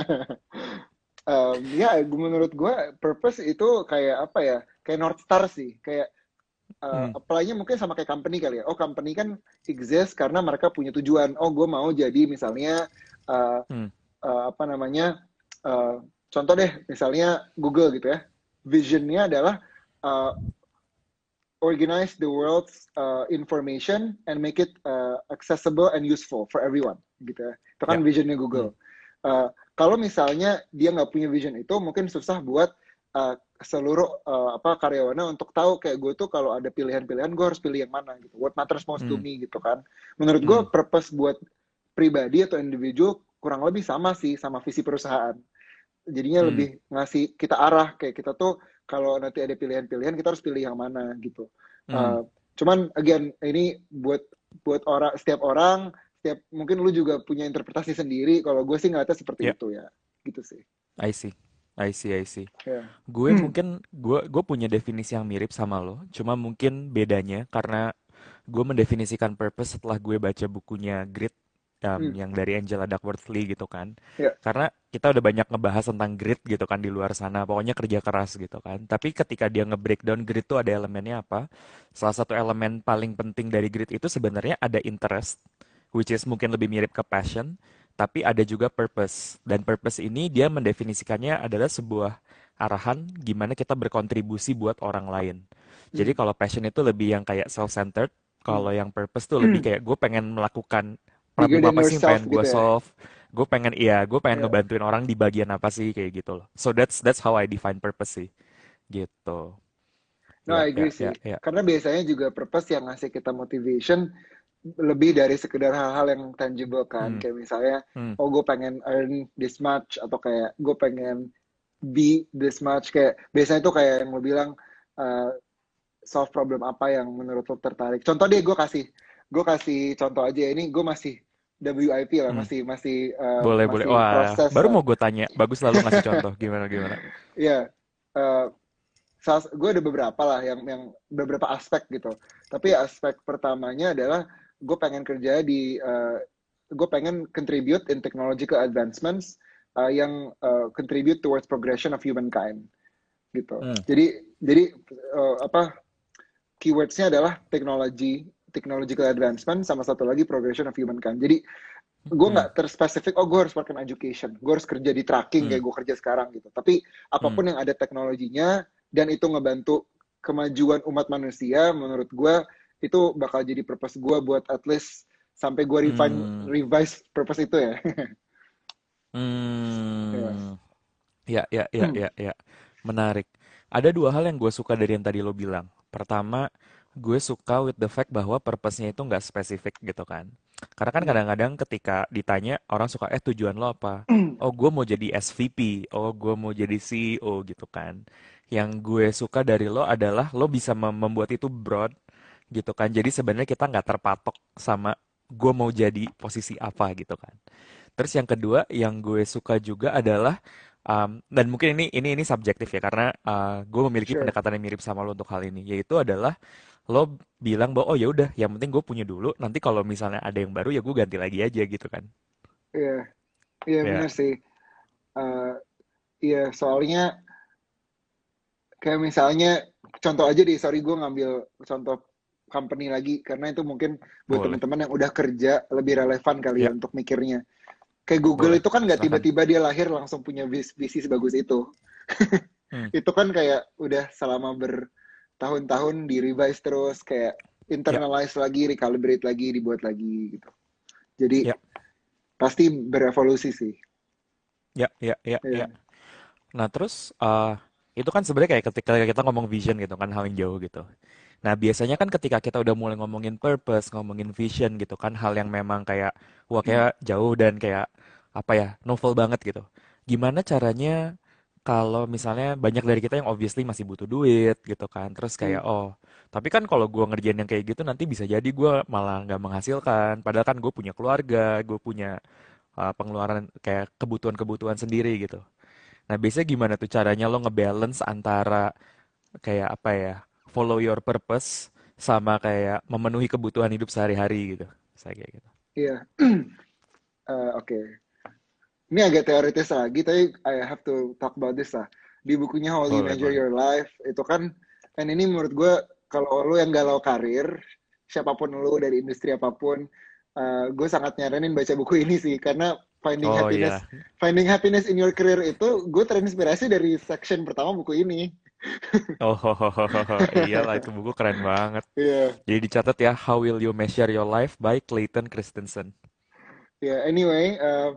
um, ya, menurut gue purpose itu kayak apa ya? Kayak North Star sih. Kayak uh, Hmm. apply-nya mungkin sama kayak company kali ya. Oh, company kan exist karena mereka punya tujuan. Oh, gue mau jadi misalnya uh, Hmm. uh, apa namanya? Uh, contoh deh, misalnya Google gitu ya. Visionnya adalah uh, organize the world's uh, information and make it uh, accessible and useful for everyone gitu ya. Itu kan Ya. visionnya Hmm. Google. Uh, kalau misalnya dia nggak punya vision itu, mungkin susah buat uh, seluruh uh, apa karyawannya untuk tahu kayak gue tuh kalau ada pilihan-pilihan gue harus pilih yang mana gitu. What matters most to Hmm. me gitu kan. Menurut gue Hmm. purpose buat pribadi atau individu kurang lebih sama sih sama visi perusahaan. Jadinya Hmm. lebih ngasih kita arah kayak kita tuh kalau nanti ada pilihan-pilihan kita harus pilih yang mana gitu. Hmm. Uh, cuman again ini buat buat orang setiap orang setiap mungkin lu juga punya interpretasi sendiri. Kalau gue sih ngeliatnya seperti Ya, itu ya, gitu sih. I see. I see, I see. Ya. Gue mungkin gue gue punya definisi yang mirip sama lo, cuma mungkin bedanya karena gue mendefinisikan purpose setelah gue baca bukunya Grit, um, Hmm. yang dari Angela Duckworth-Lee gitu kan. Ya. Karena kita udah banyak ngebahas tentang grit gitu kan di luar sana, pokoknya kerja keras gitu kan. Tapi ketika dia nge-breakdown grit tuh ada elemennya apa? Salah satu elemen paling penting dari grit itu sebenarnya ada interest, which is mungkin lebih mirip ke passion, tapi ada juga purpose. Dan purpose ini dia mendefinisikannya adalah sebuah arahan gimana kita berkontribusi buat orang lain. Jadi Hmm. kalau passion itu lebih yang kayak self-centered, Hmm. kalau yang purpose tuh lebih kayak gue pengen melakukan Bigger problem than apa sih yang yourself pengen gue gitu ya. solve. Gue pengen iya, gue pengen Ya. ngebantuin orang di bagian apa sih kayak gitu loh. So that's that's how I define purpose sih. Gitu. No, Ya, I ya, agree ya, sih. ya. Karena biasanya juga purpose yang ngasih kita motivation lebih dari sekedar hal-hal yang tangible kan. Hmm, Kayak misalnya, hmm, oh gue pengen earn this much, atau kayak gue pengen be this much. Kayak biasanya tuh kayak yang lo bilang, uh, solve problem apa yang menurut lo tertarik. Contoh deh, gue kasih, gue kasih contoh aja. Ini gue masih W I P lah, hmm. masih masih uh, Boleh, boleh. masih Wah, proses baru lah. mau gue tanya. Bagus lalu ngasih contoh. Gimana, gimana? Iya, uh, gue ada beberapa lah yang yang beberapa aspek gitu. Tapi aspek pertamanya adalah gue pengen kerja di, uh, gue pengen contribute in technological advancements uh, yang uh, contribute towards progression of humankind gitu. Hmm, Jadi jadi uh, apa keywordsnya adalah teknologi, technological advancement sama satu lagi progression of humankind. Jadi gue Hmm. nggak terspesifik, oh gue harus work in education, gue harus kerja di tracking Hmm. kayak gue kerja sekarang gitu. Tapi Hmm. apapun yang ada teknologinya dan itu ngebantu kemajuan umat manusia, menurut gue itu bakal jadi purpose gue buat at least sampai gue refine Hmm. revise purpose itu ya. Ya. Hmm. Ya, ya, ya, ya, ya. Menarik. Ada dua hal yang gue suka dari yang tadi lo bilang. Pertama, gue suka with the fact bahwa purpose-nya itu nggak spesifik gitu kan. Karena kan kadang-kadang ketika ditanya, orang suka, eh tujuan lo apa? Oh, gue mau jadi S V P. Oh, gue mau jadi C E O gitu kan. Yang gue suka dari lo adalah lo bisa mem- membuat itu broad gitu kan. Jadi sebenarnya kita nggak terpatok sama gue mau jadi posisi apa gitu kan. Terus yang kedua yang gue suka juga adalah um, dan mungkin ini ini ini subjektif ya karena uh, gue memiliki Sure. pendekatan yang mirip sama lo untuk hal ini yaitu adalah lo bilang bahwa oh ya udah yang penting gue punya dulu nanti kalau misalnya ada yang baru ya gue ganti lagi aja gitu kan. Iya, iya Ya. benar sih. Eh, Iya, soalnya kayak misalnya contoh aja deh, sorry gue ngambil contoh company lagi karena itu mungkin buat Boleh. teman-teman yang udah kerja lebih relevan kali ya Ya, untuk mikirnya. Kayak Google boleh. itu kan nggak Silakan. tiba-tiba dia lahir langsung punya vis- visi sebagus itu. Hmm. Itu kan kayak udah selama bertahun-tahun di revise terus, kayak Ya, internalize lagi, recalibrate lagi, dibuat lagi gitu. Jadi ya, pasti berevolusi sih. ya, ya, ya, ya. Iya. Nah, terus uh, itu kan sebenarnya kayak ketika kita ngomong vision gitu kan hal yang jauh gitu. Nah, biasanya kan ketika kita udah mulai ngomongin purpose, ngomongin vision gitu kan, hal yang memang kayak, wah kayak jauh dan kayak, apa ya, novel banget gitu. Gimana caranya kalau misalnya banyak dari kita yang obviously masih butuh duit gitu kan, terus Hmm. kayak, oh, tapi kan kalau gue ngerjain yang kayak gitu nanti bisa jadi gue malah nggak menghasilkan, padahal kan gue punya keluarga, gue punya uh, pengeluaran kayak kebutuhan-kebutuhan sendiri gitu. Nah, biasanya gimana tuh caranya lo ngebalance antara kayak apa ya follow your purpose sama kayak memenuhi kebutuhan hidup sehari-hari gitu saya kayak gitu. Iya. Eh, Oke. Ini agak teoritis lagi, tapi I have to talk about this lah. Di bukunya How You Boleh, Measure boleh. Your Life, itu kan, dan ini menurut gue, kalau lu yang galau karir, siapapun lu dari industri apapun, uh, gue sangat nyaranin baca buku ini sih, karena finding Oh happiness, iya. finding happiness in your career itu, gue terinspirasi dari section pertama buku ini. Oh iyalah itu buku keren banget. Iya, Jadi dicatat ya How Will You Measure Your Life by Clayton Christensen. yeah, anyway, uh,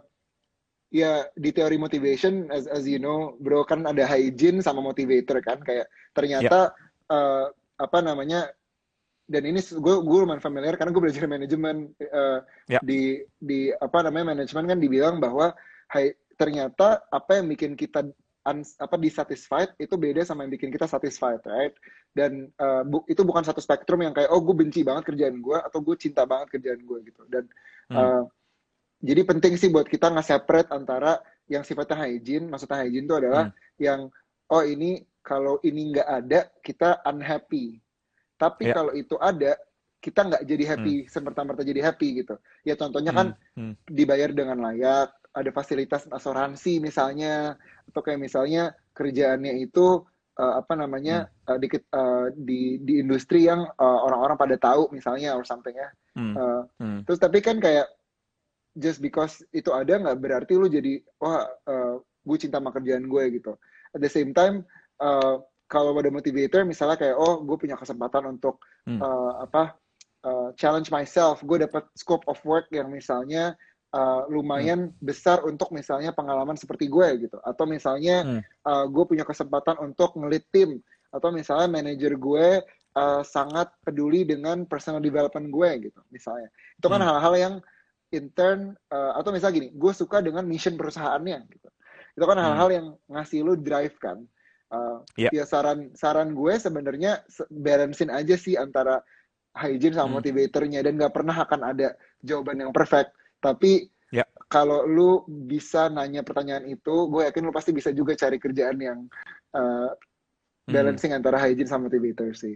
ya di teori motivation, as, as you know, bro, kan ada hygiene sama motivator kan, kayak Ya, ternyata uh, apa namanya, dan ini gue gue lumayan familiar karena gue belajar manajemen, uh, ya. di di apa namanya manajemen kan dibilang bahwa hai, ternyata apa yang bikin kita un, apa dissatisfied itu beda sama yang bikin kita satisfied, right? Dan uh, bu, itu bukan satu spektrum yang kayak oh gue benci banget kerjaan gue atau gue cinta banget kerjaan gue gitu. Dan Hmm, uh, jadi penting sih buat kita nge-separate antara yang sifatnya hygiene, maksudnya hygiene itu adalah hmm, yang oh ini kalau ini nggak ada kita unhappy. Tapi ya, kalau itu ada, kita nggak jadi hmm, happy, semerta-merta jadi happy gitu. Ya contohnya kan hmm, hmm, dibayar dengan layak, ada fasilitas asuransi misalnya, atau kayak misalnya kerjaannya itu uh, apa hmm, namanya uh, dikit, uh, di di industri yang uh, orang-orang pada tahu misalnya or something ya. hmm, Uh, hmm, Terus tapi kan kayak just because itu ada nggak berarti lu jadi wah uh, gue cinta sama kerjaan gue gitu. At the same time uh, kalau ada motivator misalnya kayak oh gue punya kesempatan untuk hmm, uh, apa uh, challenge myself, gue dapat scope of work yang misalnya uh, hmm, lumayan besar untuk misalnya pengalaman seperti gue gitu, atau misalnya hmm, uh, gue punya kesempatan untuk ngelit tim, atau misalnya manajer gue uh, sangat peduli dengan personal development gue gitu misalnya. Itu kan hmm, hal-hal yang intern uh, atau misalnya gini, gue suka dengan mission perusahaannya gitu. Itu kan hmm. hal-hal yang ngasih lu drive kan. Uh, Ya, ya saran saran gue sebenarnya balancein aja sih antara hygiene sama hmm, motivatornya, dan nggak pernah akan ada jawaban yang perfect. Tapi ya, kalau lu bisa nanya pertanyaan itu, gue yakin lu pasti bisa juga cari kerjaan yang uh, hmm, balancing antara hygiene sama motivator sih.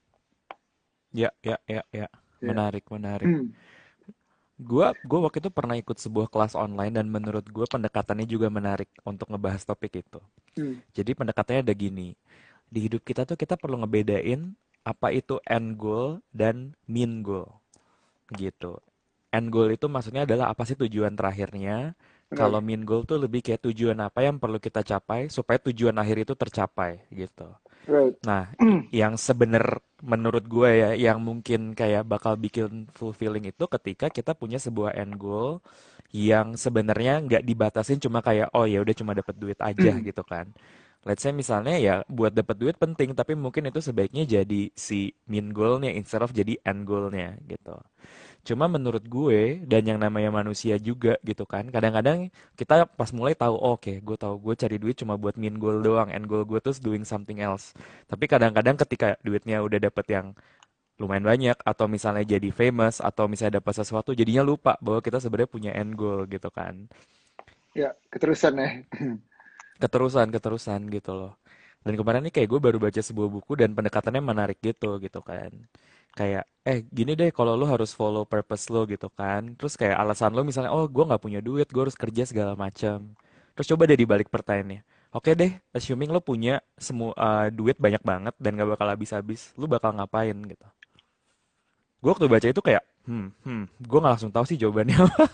ya, ya, ya, ya. Ya. Menarik, menarik. Gua, gua waktu itu pernah ikut sebuah kelas online dan menurut gua pendekatannya juga menarik untuk ngebahas topik itu. Hmm. Jadi pendekatannya ada gini, di hidup kita tuh kita perlu ngebedain apa itu end goal dan mean goal gitu. end goal itu maksudnya adalah apa sih tujuan terakhirnya. Kalau Benar. mean goal tuh lebih kayak tujuan apa yang perlu kita capai supaya tujuan akhir itu tercapai gitu. Right. Nah, yang sebenar menurut gue ya, yang mungkin kayak bakal bikin fulfilling itu ketika kita punya sebuah end goal yang sebenarnya nggak dibatasin cuma kayak oh ya udah cuma dapat duit aja gitu kan. Let's say misalnya ya buat dapat duit penting, tapi mungkin itu sebaiknya jadi si main goal-nya instead of jadi end goal-nya gitu. Cuma menurut gue dan yang namanya manusia juga gitu kan, kadang-kadang kita pas mulai tahu oh, oke, gue tahu gue cari duit cuma buat main goal doang, end goal gue tuh doing something else. Tapi kadang-kadang ketika duitnya udah dapet yang lumayan banyak atau misalnya jadi famous atau misalnya dapat sesuatu jadinya lupa bahwa kita sebenarnya punya end goal gitu kan. Ya, keterusan ya. Keterusan, keterusan gitu loh. Dan kemarin nih kayak gue baru baca sebuah buku dan pendekatannya menarik gitu gitu kan. Kayak, eh gini deh kalau lo harus follow purpose lo gitu kan. Terus kayak alasan lo misalnya, oh gue nggak punya duit, gue harus kerja segala macam. Terus coba deh dibalik pertanyaannya. Oke deh, assuming lo punya semua uh, duit banyak banget dan gak bakal habis-habis, lo bakal ngapain gitu. Gue waktu baca itu kayak, hmm, hmm, gue nggak langsung tahu sih jawabannya.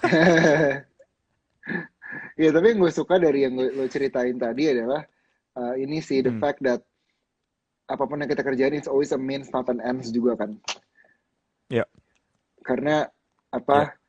Ya, tapi yang gue suka dari yang gue, lo ceritain tadi adalah uh, ini sih, the Hmm, fact that apapun yang kita kerjain it's always a means not an ends juga kan. ya, Karena ya, apa,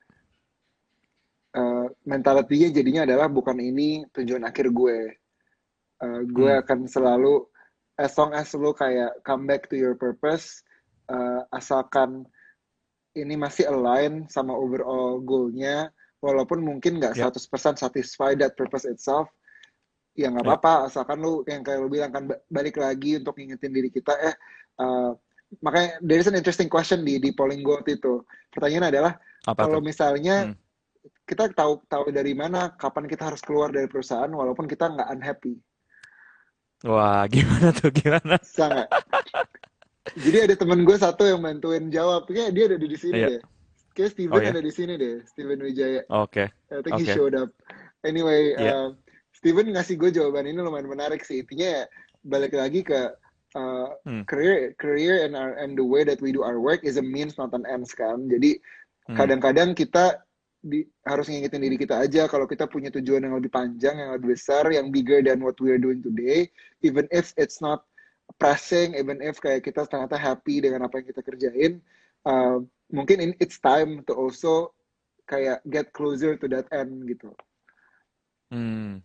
uh, mentalitinya jadinya adalah bukan ini tujuan akhir gue. Uh, gue hmm, akan selalu, as long as lo kayak come back to your purpose, uh, asalkan ini masih align sama overall goal-nya, walaupun mungkin nggak ya, seratus persen satisfy that purpose itself, ya nggak ya, apa-apa, asalkan lu yang kayak lu bilang kan balik lagi untuk ngingetin diri kita, eh uh, makanya there is an interesting question di di polling gue waktu itu. Pertanyaan adalah, apa kalau tuh? misalnya Hmm. kita tahu tahu dari mana kapan kita harus keluar dari perusahaan walaupun kita nggak unhappy, Wah, gimana tuh, gimana? sangat. Jadi ada temen gue satu yang bantuin jawab, kayak dia ada di sini Iya, deh. Kayak oh Steven ya, ada di sini deh, Steven Wijaya. oke, I think he oke, showed up. Anyway, iya, uh, Steven ngasih gue jawaban ini lumayan menarik sih. Intinya ya, balik lagi ke uh, hmm, career, career and our, and the way that we do our work is a means not an ends kan. Jadi hmm, kadang-kadang kita di, harus ngingetin diri kita aja kalau kita punya tujuan yang lebih panjang, yang lebih besar, yang bigger than what we are doing today, even if it's not pressing, even if kayak kita ternyata happy dengan apa yang kita kerjain, uh, mungkin in, it's time to also kayak get closer to that end gitu. hmm,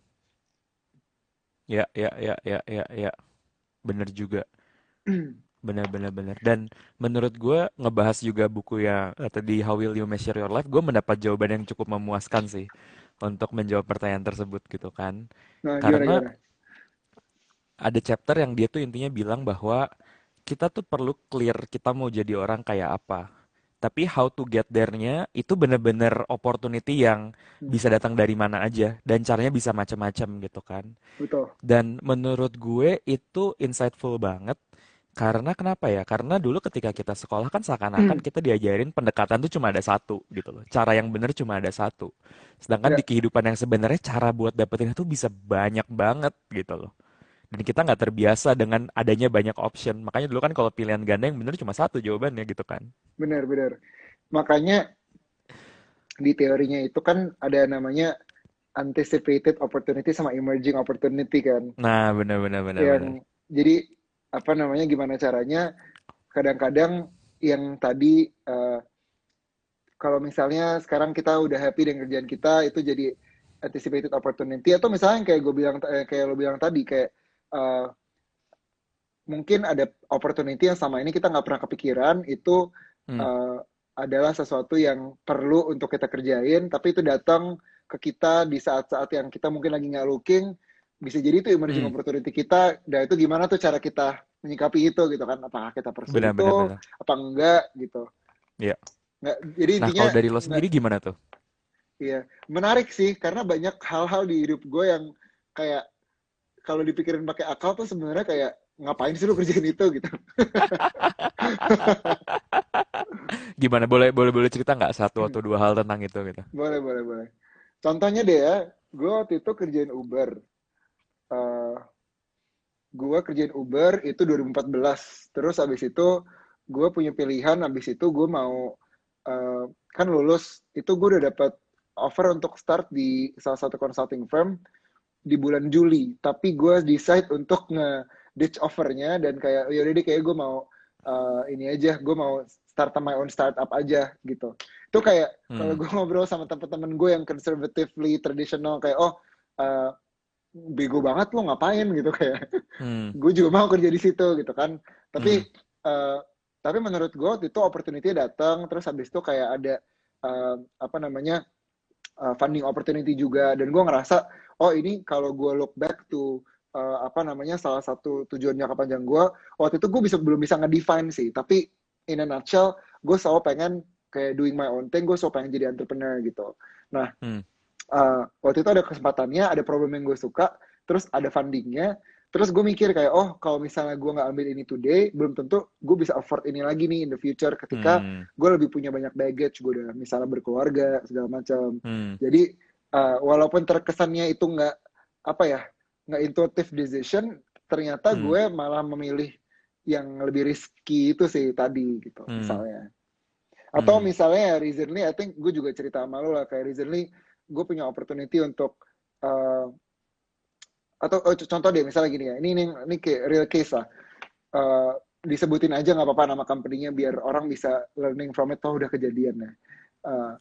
ya, ya, ya, ya, ya, ya, bener juga, bener, bener, bener. Dan menurut gue ngebahas juga buku yang eh, tadi How Will You Measure Your Life, gue mendapat jawaban yang cukup memuaskan sih untuk menjawab pertanyaan tersebut gitu kan. Nah, gimana Karena gimana? ada chapter yang dia tuh intinya bilang bahwa kita tuh perlu clear kita mau jadi orang kayak apa. Tapi how to get there-nya itu bener-bener opportunity yang Hmm, bisa datang dari mana aja dan caranya bisa macam-macam gitu kan. betul. Dan menurut gue itu insightful banget karena kenapa ya? Karena dulu ketika kita sekolah kan seakan-akan kita diajarin pendekatan tuh cuma ada satu gitu loh. Cara yang bener cuma ada satu. Sedangkan Ya, di kehidupan yang sebenarnya cara buat dapetin itu bisa banyak banget gitu loh. Dan kita nggak terbiasa dengan adanya banyak option. Makanya dulu kan kalau pilihan ganda yang bener cuma satu jawabannya gitu kan. benar-benar. Makanya di teorinya itu kan ada namanya anticipated opportunity sama emerging opportunity kan. Nah, bener bener bener bener. Yang jadi apa namanya gimana caranya kadang-kadang yang tadi uh, kalau misalnya sekarang kita udah happy dengan kerjaan kita itu jadi anticipated opportunity atau misalnya kayak gue bilang eh, kayak lo bilang tadi kayak uh, mungkin ada opportunity yang sama ini kita nggak pernah kepikiran itu Hmm, uh, adalah sesuatu yang perlu untuk kita kerjain tapi itu datang ke kita di saat-saat yang kita mungkin lagi nggak looking, bisa jadi itu emerging hmm, opportunity kita dan itu gimana tuh cara kita menyikapi itu gitu kan, apakah kita pursue bener bener itu bener. apa enggak gitu, Iya. nggak jadi Nah, intinya kalau dari lo nggak. sendiri gimana tuh? Iya, menarik sih karena banyak hal-hal di hidup gue yang kayak kalau dipikirin pakai akal tuh sebenarnya kayak ngapain sih lu kerjain itu gitu. Gimana? Boleh boleh boleh cerita nggak satu atau dua hal tentang itu gitu? Boleh, boleh, boleh. Contohnya deh ya, gue waktu itu kerjain Uber. Eh gue kerjain Uber itu dua ribu empat belas. Terus abis itu gue punya pilihan, abis itu gue mau eh, kan lulus, itu gue udah dapat offer untuk start di salah satu consulting firm di bulan Juli. Tapi gue decide untuk nge-ditch offernya dan kayak, yaudah deh kayak gue mau uh, ini aja, gue mau start my own startup aja gitu. Itu kayak hmm. kalau gue ngobrol sama teman-teman gue yang conservatively traditional kayak, oh uh, bego banget lo ngapain gitu kayak. Hmm. gue juga mau kerja di situ gitu kan. Tapi hmm. uh, tapi menurut gue waktu itu opportunity datang, terus habis itu kayak ada uh, apa namanya uh, funding opportunity juga, dan gue ngerasa oh ini kalau gue look back to uh, apa namanya salah satu tujuan jangka panjang gue waktu itu gue bisa belum bisa ngedefine sih, tapi in a nutshell gue selalu pengen kayak doing my own thing, gue selalu pengen jadi entrepreneur gitu. Nah hmm. uh, waktu itu ada kesempatannya, ada problem yang gue suka, terus ada fundingnya. Terus gue mikir kayak, oh kalau misalnya gue nggak ambil ini today, belum tentu gue bisa afford ini lagi nih in the future ketika hmm. gue lebih punya banyak baggage, gue udah misalnya berkeluarga, segala macam. Hmm. Jadi, uh, walaupun terkesannya itu nggak, apa ya, nggak intuitive decision, ternyata hmm. gue malah memilih yang lebih risky itu sih tadi gitu, hmm. misalnya. Atau hmm. misalnya recently, I think gue juga cerita sama lo lah, kayak recently gue punya opportunity untuk... Uh, atau oh, contoh deh misalnya gini ya, ini ini ini kayak real case lah, uh, disebutin aja nggak apa-apa nama company-nya biar orang bisa learning from it, toh udah kejadian ya. Uh,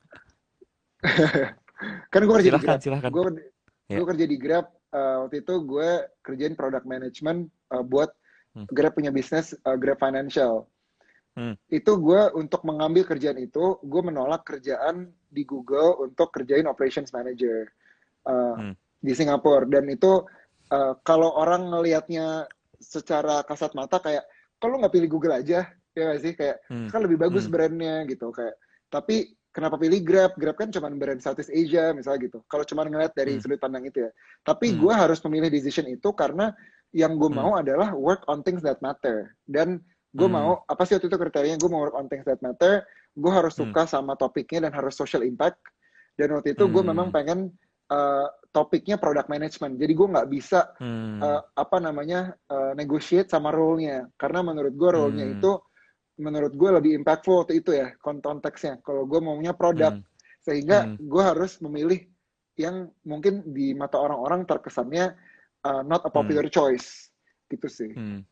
kan gue kerja silahkan, di Grab, gue yeah. gue kerja di Grab, uh, waktu itu gue kerjain product management uh, buat hmm. Grab punya bisnis uh, Grab Financial. Hmm. Itu gue untuk mengambil kerjaan itu, gue menolak kerjaan di Google untuk kerjain operations manager uh, hmm. di Singapura, dan itu Uh, kalau orang ngelihatnya secara kasat mata kayak, kalau nggak pilih Google aja, ya nggak sih, kayak hmm. kan lebih bagus hmm. brandnya gitu, kayak. Tapi kenapa pilih Grab? Grab kan cuma brand Southeast Asia misalnya gitu. Kalau cuma ngeliat dari hmm. sudut pandang itu ya. Tapi hmm. gue harus memilih decision itu karena yang gue mau hmm. adalah work on things that matter. Dan gue hmm. mau, apa sih waktu itu kriterianya, gue mau work on things that matter, gue harus suka hmm. sama topiknya dan harus social impact. Dan waktu itu hmm. gue memang pengen uh, topiknya product management, jadi gue nggak bisa hmm. uh, apa namanya uh, negotiate sama role-nya, karena menurut gue role-nya hmm. itu menurut gue lebih impactful waktu itu ya konteksnya. Kalau gue maunya produk, hmm. sehingga hmm. gue harus memilih yang mungkin di mata orang-orang terkesannya uh, not a popular hmm. choice, gitu sih. Hmm.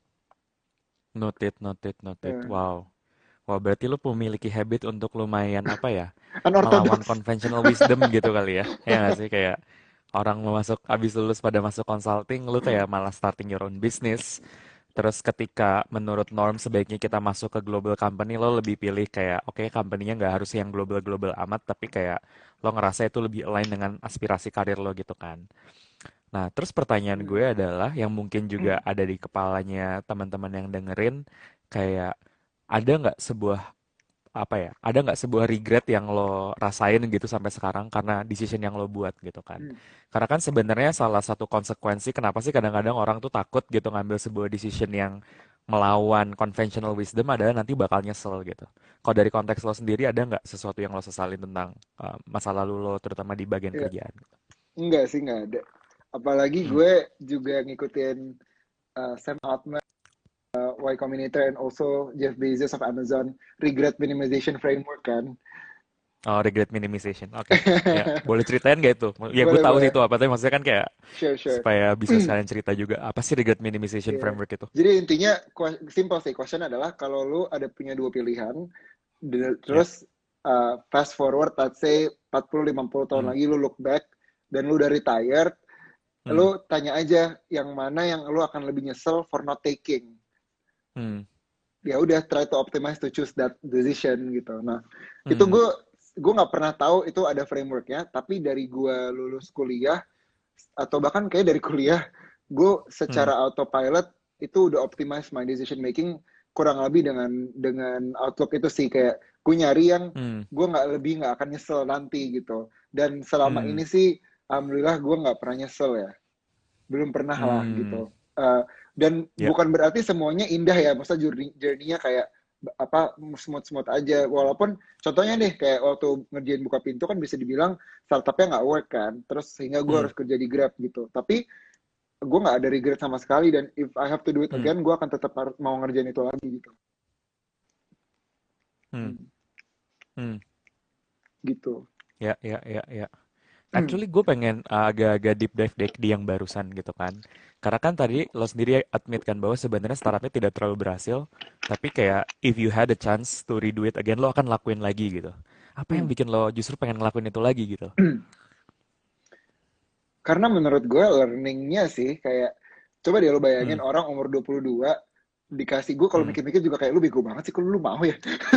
Noted, noted, noted. Yeah. Wow. Wah, berarti lu memiliki habit untuk lumayan apa ya? Melawan conventional wisdom gitu kali ya. Ya nggak sih, kayak orang mau masuk, abis lulus pada masuk consulting, lu kayak malah starting your own business. Terus ketika menurut norm sebaiknya kita masuk ke global company, lo lebih pilih kayak, oke okay, company-nya nggak harus yang global-global amat, tapi kayak lo ngerasa itu lebih align dengan aspirasi karir lo gitu kan. Nah, terus pertanyaan gue adalah, yang mungkin juga ada di kepalanya teman-teman yang dengerin, kayak ada nggak sebuah apa ya, ada nggak sebuah regret yang lo rasain gitu sampai sekarang karena decision yang lo buat gitu kan. Hmm. Karena kan sebenarnya salah satu konsekuensi kenapa sih kadang-kadang orang tuh takut gitu ngambil sebuah decision yang melawan conventional wisdom adalah nanti bakal nyesel gitu. Kalau dari konteks lo sendiri, ada nggak sesuatu yang lo sesalin tentang uh, masa lalu lo terutama di bagian ya. Kerjaan? Enggak sih, nggak ada. Apalagi hmm. gue juga ngikutin uh, Sam Altman, Uh, Y Combinator, and also Jeff Bezos of Amazon regret minimization framework kan. Oh, regret minimization. Oke. Okay. Ya, boleh ceritain gak itu? Ya gue tahu sih itu apa, tapi maksudnya kan kayak sure, sure. supaya bisa sekalian cerita juga apa sih regret minimization yeah. framework itu. Jadi intinya simple sih, question adalah kalau lu ada punya dua pilihan, terus yeah. uh, fast forward let's say empat puluh lima puluh tahun hmm. lagi, lu look back dan lu udah retired, hmm. lu tanya aja yang mana yang lu akan lebih nyesel for not taking. Hmm. Ya udah, try to optimize to choose that decision gitu. Nah hmm. itu gue gue nggak pernah tahu itu ada frameworknya, tapi dari gue lulus kuliah atau bahkan kayak dari kuliah, gue secara hmm. autopilot itu udah optimize my decision making kurang lebih dengan dengan outlook itu sih, kayak gue nyari yang hmm. gue nggak lebih nggak akan nyesel nanti gitu. Dan selama hmm. ini sih alhamdulillah gue nggak pernah nyesel ya, belum pernah hmm. lah gitu. Uh, dan yeah. bukan berarti semuanya indah ya, maksudnya journey, journey-nya kayak apa smooth-smooth aja. Walaupun contohnya deh kayak waktu ngerjain buka pintu kan bisa dibilang startupnya nggak work kan, terus sehingga gue hmm. harus kerja di Grab gitu. Tapi gue nggak ada regret sama sekali, dan if I have to do it hmm. again, gue akan tetap mau ngerjain itu lagi gitu. Hmm. Hmm. gitu. Ya, ya, ya, ya. Actually gue pengen uh, agak-agak deep dive deh di yang barusan gitu kan. Karena kan tadi lo sendiri admit kan bahwa sebenarnya startupnya tidak terlalu berhasil, tapi kayak if you had a chance to redo it again, lo akan lakuin lagi gitu. Apa yang bikin lo justru pengen ngelakuin itu lagi gitu? Karena menurut gue learningnya sih kayak, coba deh lo Hmm, bayangin orang umur dua puluh dua dikasih gue, kalau hmm. mikir-mikir juga kayak lu bego banget sih, kalau lu mau ya.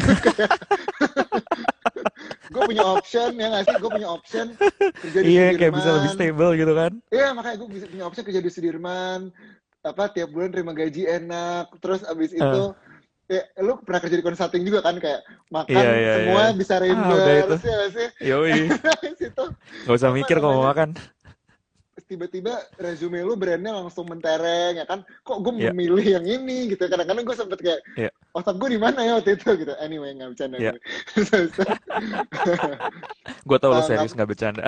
Gue punya option ya nggak sih, gue punya option kerja di Iya, kayak bisa lebih Sudirman. stable gitu kan? Iya, makanya gue bisa punya option kerja di Sudirman, apa tiap bulan terima gaji enak, terus abis Eh, itu ya, lu pernah kerja di consulting juga kan, kayak iya, makan iya, iya. semua bisa Ah, udah itu. reimburse ya nggak sih. Yoi. Habis itu Gak usah apa mikir kalau mau namanya, makan. tiba-tiba resume lu brandnya langsung mentereng ya kan, kok gue Iya, memilih yang ini gitu. Kadang-kadang gue sempet kayak, iya, otak gue di mana ya waktu itu gitu. Anyway, nggak bercanda iya. gue. Terus, terus, Gue tau lo eh, nggak serius nggak bercanda.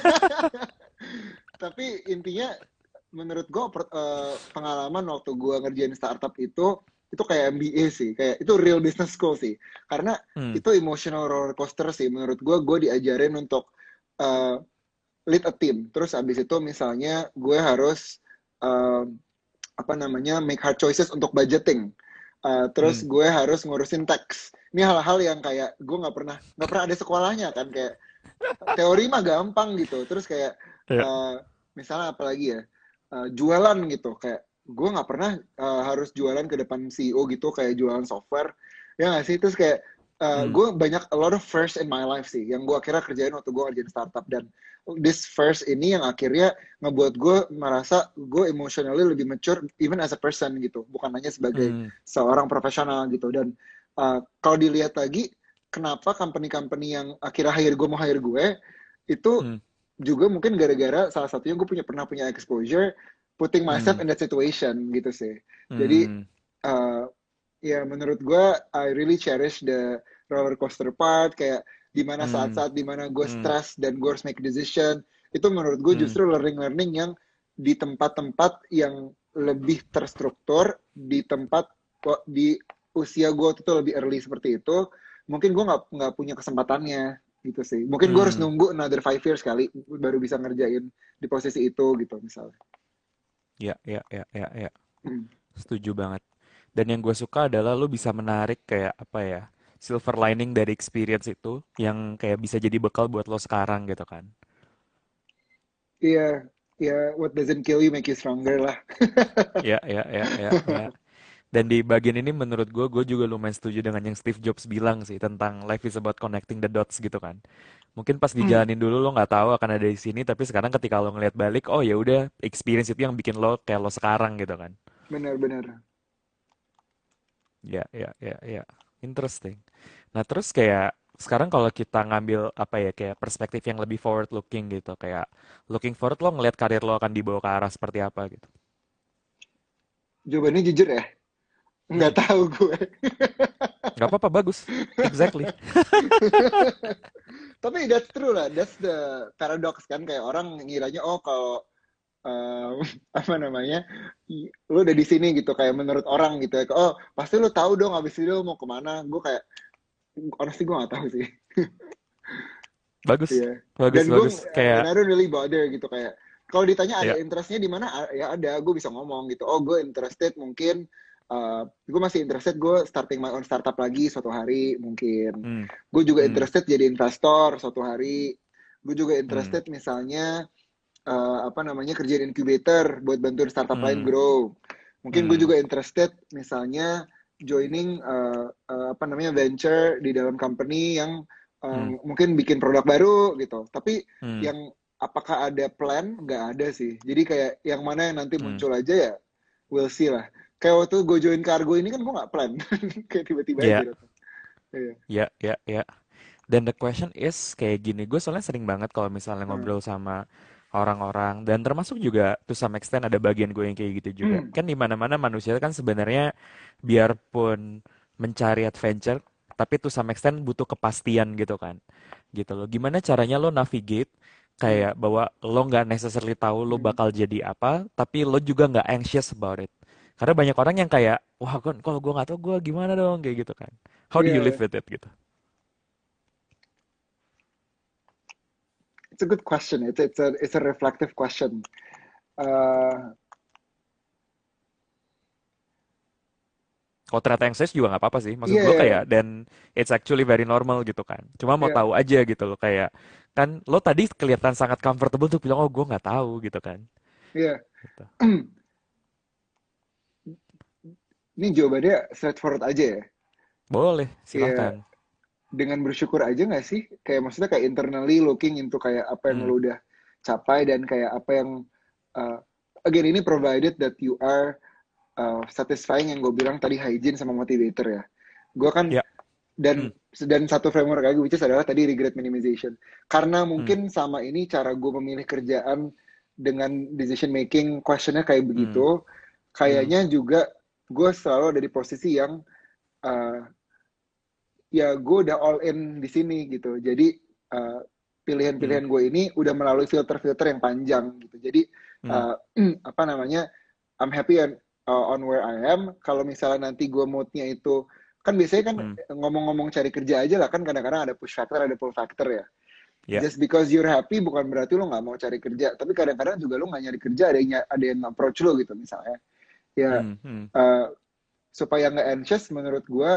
tapi intinya menurut gue pengalaman waktu gue ngerjain startup itu itu kayak M B A sih, kayak itu real business school sih, karena Hmm, itu emotional roller coaster sih menurut gue. Gue diajarin untuk uh, lead a team, terus abis itu misalnya gue harus uh, apa namanya make hard choices untuk budgeting. Uh, terus hmm, gue harus ngurusin tax. Ini hal-hal yang kayak gue nggak pernah nggak pernah ada sekolahnya kan, kayak teori mah gampang gitu. Terus kayak iya. uh, misalnya apalagi ya, uh, jualan gitu, kayak gue nggak pernah uh, harus jualan ke depan C E O gitu, kayak jualan software ya nggak sih. Terus kayak uh, Hmm, gue banyak a lot of first in my life sih yang gue akhirnya kerjain waktu gue kerjain startup, dan this first ini yang akhirnya ngebuat gue merasa gue emotionally lebih mature even as a person gitu, bukan hanya sebagai hmm, seorang profesional gitu. Dan uh, kalau dilihat lagi, kenapa company-company yang akhirnya hire gue mau hire gue itu hmm, juga mungkin gara-gara salah satunya gue punya pernah punya exposure putting myself hmm, in that situation gitu sih. Jadi hmm, uh, ya menurut gue I really cherish the roller coaster part, kayak dimana hmm, saat-saat dimana gue hmm, stress dan gue harus make decision, itu menurut gue hmm, justru learning-learning yang di tempat-tempat yang lebih terstruktur, di tempat di usia gue waktu itu lebih early seperti itu, mungkin gue nggak nggak punya kesempatannya gitu sih. Mungkin gue harus hmm. nunggu another five years kali baru bisa ngerjain di posisi itu gitu misalnya. Ya, ya, ya, ya, ya. Hmm. Setuju banget. Dan yang gue suka adalah lo bisa menarik kayak apa ya, silver lining dari experience itu yang kayak bisa jadi bekal buat lo sekarang gitu kan. Iya, ya what doesn't kill you make you stronger lah. Ya, ya, ya, ya, ya. Dan di bagian ini menurut gue, gue juga lumayan setuju dengan yang Steve Jobs bilang sih tentang life is about connecting the dots gitu kan. Mungkin pas dijalanin dulu lo nggak tahu akan ada di sini, tapi sekarang ketika lo ngeliat balik, oh ya udah experience itu yang bikin lo kayak lo sekarang gitu kan. Benar-benar. Ya, ya, ya, ya. Interesting. Nah, terus kayak sekarang kalau kita ngambil apa ya kayak perspektif yang lebih forward looking gitu, kayak looking forward lo ngelihat karir lo akan dibawa ke arah seperti apa gitu. Jawabannya jujur ya, nggak Hmm, tahu gue. nggak apa-apa, bagus. Exactly. Tapi that's true lah, that's the paradox kan, kayak orang ngiranya oh kalau um, apa namanya, lu udah di sini gitu, kayak menurut orang gitu ya, oh pasti lu tahu dong abis itu lu mau kemana. Gue kayak honestly gue nggak tahu sih. Bagus. Iya. Bagus, Dan gue bagus. and Kayak I don't really bother gitu, kayak kalau ditanya ada ya. interestnya di mana, a- ya ada, gue bisa ngomong gitu. Oh gue interested mungkin, uh, gue masih interested gue starting my own startup lagi suatu hari mungkin. Hmm, Gue juga hmm, interested jadi investor suatu hari. Gue juga hmm, interested misalnya uh, apa namanya kerja di incubator buat bantuin startup lain hmm, grow. Mungkin gue hmm, juga interested misalnya joining uh, uh, apa namanya venture di dalam company yang hmm, um, mungkin bikin produk baru gitu. Tapi hmm, yang apakah ada plan? Nggak ada sih. Jadi kayak yang mana yang nanti hmm. muncul aja ya, we'll see lah. Kayak waktu gue join Kargo ini kan gue nggak plan, kayak tiba-tiba Ya, aja datang. Iya. ya, ya, ya. Dan the question is kayak gini, gue soalnya sering banget kalau misalnya Hmm. ngobrol sama orang-orang dan termasuk juga to some extent ada bagian gue yang kayak gitu juga. Hmm. Kan di mana-mana manusia kan sebenarnya biarpun mencari adventure, tapi to some extent butuh kepastian gitu kan. Gitu loh. Gimana caranya lo navigate Hmm. kayak bahwa lo nggak necessarily tahu lo Hmm. bakal jadi apa, tapi lo juga nggak anxious about it. Karena banyak orang yang kayak, wah kan kalau gue nggak tahu gue gimana dong kayak gitu kan. How do you live Iya. with it gitu? it's a good question. It's it's a it's a reflective question. Uh, Kalau ternyata yang serius juga nggak apa-apa sih. Maksud iya, gue yeah, kayak, dan it's actually very normal gitu kan. Cuma mau yeah, tahu aja gitu loh, kayak, kan lo tadi kelihatan sangat comfortable untuk bilang, oh gue nggak tahu gitu kan. yeah. Gitu. Ini jawabannya straightforward aja ya. Boleh, Iya, silahkan. dengan bersyukur aja nggak sih? Kayak maksudnya kayak internally looking into kayak apa yang Hmm, lo udah capai dan kayak apa yang uh, again ini provided that you are uh, satisfying yang gue bilang tadi hygiene sama motivator ya. Gue kan ya. Hmm, dan dan satu framework lagi which is adalah tadi regret minimization. Karena hmm, mungkin sama ini cara gue memilih kerjaan dengan decision making questionnya kayak hmm, begitu. hmm, Kayaknya juga gue selalu ada di posisi yang uh, ya gue udah all in di sini gitu. Jadi uh, hmm, pilihan-pilihan gue ini udah melalui filter-filter yang panjang gitu. Jadi hmm, uh, apa namanya, I'm happy on, uh, on where I am. Kalau misalnya nanti gue moodnya itu kan biasanya kan hmm. ngomong-ngomong cari kerja aja lah kan kadang-kadang ada push factor ada pull factor ya. Ya. Just because you're happy bukan berarti lo nggak mau cari kerja. Tapi kadang-kadang juga lo nggak nyari kerja ada yang ada yang approach lo gitu misalnya. Ya Hmm, hmm, uh, supaya nggak anxious menurut gue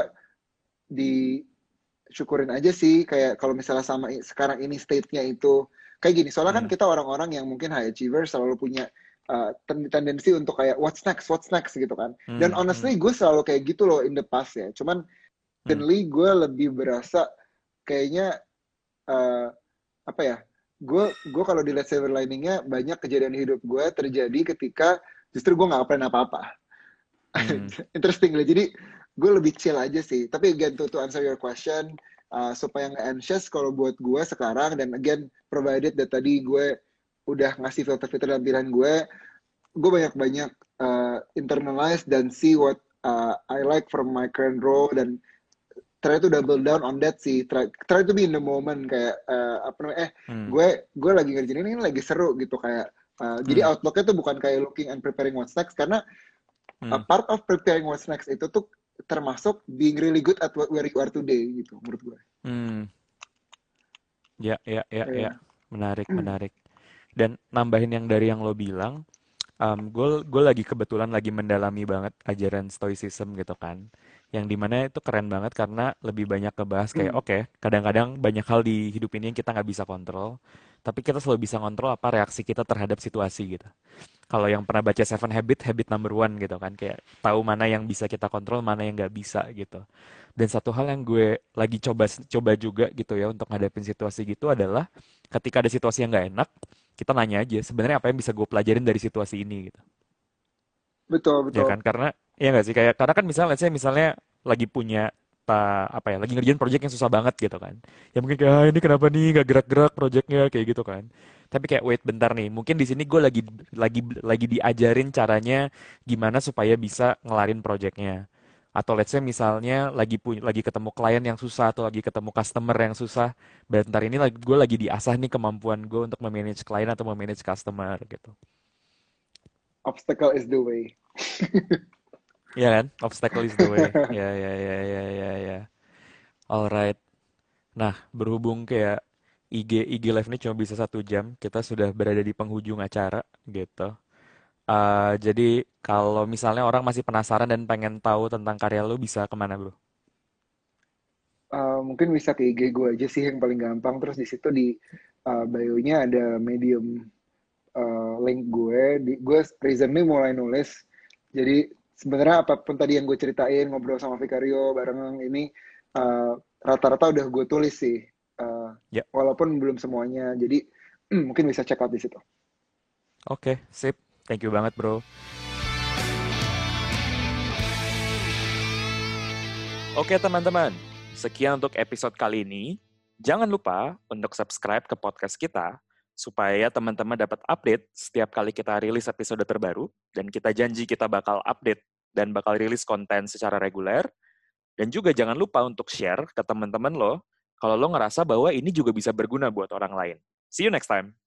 disyukurin aja sih kayak kalau misalnya sama sekarang ini state-nya itu kayak gini soalnya kan hmm, kita orang-orang yang mungkin high achiever selalu punya uh, tendensi untuk kayak what's next what's next gitu kan dan hmm, hmm, honestly gue selalu kayak gitu loh in the past ya cuman hmm, recently gue lebih berasa kayaknya uh, apa ya gue gue kalau dilihat silver liningnya banyak kejadian hidup gue terjadi ketika justru gue nggak ngapain apa-apa. hmm. Interesting lah. Jadi gue lebih chill aja sih. Tapi again to, to answer your question, uh, supaya nggak anxious kalau buat gue sekarang dan again provided that tadi gue udah ngasih filter-filter dalam pilihan gue, gue banyak-banyak uh, internalize dan see what uh, I like from my current role dan try to double down on that sih. Try, try to be in the moment kayak uh, apa namanya? Eh, Hmm, gue gue lagi ngerjain ini, ini lagi seru gitu kayak. Uh, hmm, jadi outlooknya tuh bukan kayak looking and preparing what's next karena a hmm, part of preparing what's next itu tuh termasuk being really good at what, where you are today gitu menurut gue. hmm. Ya, ya, ya, ya. Yeah. Menarik, menarik. Dan nambahin yang dari yang lo bilang, um, gue gue lagi kebetulan lagi mendalami banget ajaran stoicism gitu kan. Yang dimana itu keren banget karena lebih banyak ngebahas kayak, oke, kadang-kadang banyak hal di hidup ini yang kita nggak bisa kontrol, tapi kita selalu bisa kontrol apa reaksi kita terhadap situasi gitu. Kalau yang pernah baca Seven Habit, habit number one gitu kan, kayak tahu mana yang bisa kita kontrol, mana yang nggak bisa gitu. Dan satu hal yang gue lagi coba coba juga gitu ya untuk ngadepin situasi gitu adalah ketika ada situasi yang nggak enak, kita nanya aja sebenarnya apa yang bisa gue pelajarin dari situasi ini gitu. Betul Ya betul. kan, karena ya nggak sih, kayak karena kan misalnya saya misalnya lagi punya ta, apa ya, lagi ngerjain project yang susah banget gitu kan. Ya mungkin kayak, ah, ini kenapa nih nggak gerak-gerak projectnya kayak gitu kan. Tapi kayak wait bentar nih, mungkin di sini gue lagi lagi lagi diajarin caranya gimana supaya bisa ngelarin projectnya. Atau let's say misalnya lagi punya lagi ketemu klien yang susah atau lagi ketemu customer yang susah. Bentar ini lagi gue lagi diasah nih kemampuan gue untuk memanage klien atau memanage customer gitu. Obstacle is the way. Iya kan? Obstacle is the way. Ya, ya, ya, ya, ya, ya. Alright. Nah, berhubung kayak I G I G Live ini cuma bisa satu jam, kita sudah berada di penghujung acara gitu. Uh, jadi kalau misalnya orang masih penasaran dan pengen tahu tentang karya lu bisa kemana bro? Uh, mungkin bisa ke I G gue aja sih yang paling gampang. Terus di situ di uh, bio-nya ada medium uh, link gue. Di, gue recently mulai nulis. Jadi sebenarnya apapun tadi yang gue ceritain ngobrol sama Vicario bareng ini uh, rata-rata udah gue tulis sih. Uh, Ya, walaupun belum semuanya. Jadi mungkin bisa check out di situ. oke, sip. Thank you banget bro. Oke teman-teman, sekian untuk episode kali ini. Jangan lupa untuk subscribe ke podcast kita, supaya teman-teman dapat update setiap kali kita rilis episode terbaru, dan kita janji kita bakal update dan bakal rilis konten secara reguler. Dan juga jangan lupa untuk share ke teman-teman lo, kalau lo ngerasa bahwa ini juga bisa berguna buat orang lain. See you next time.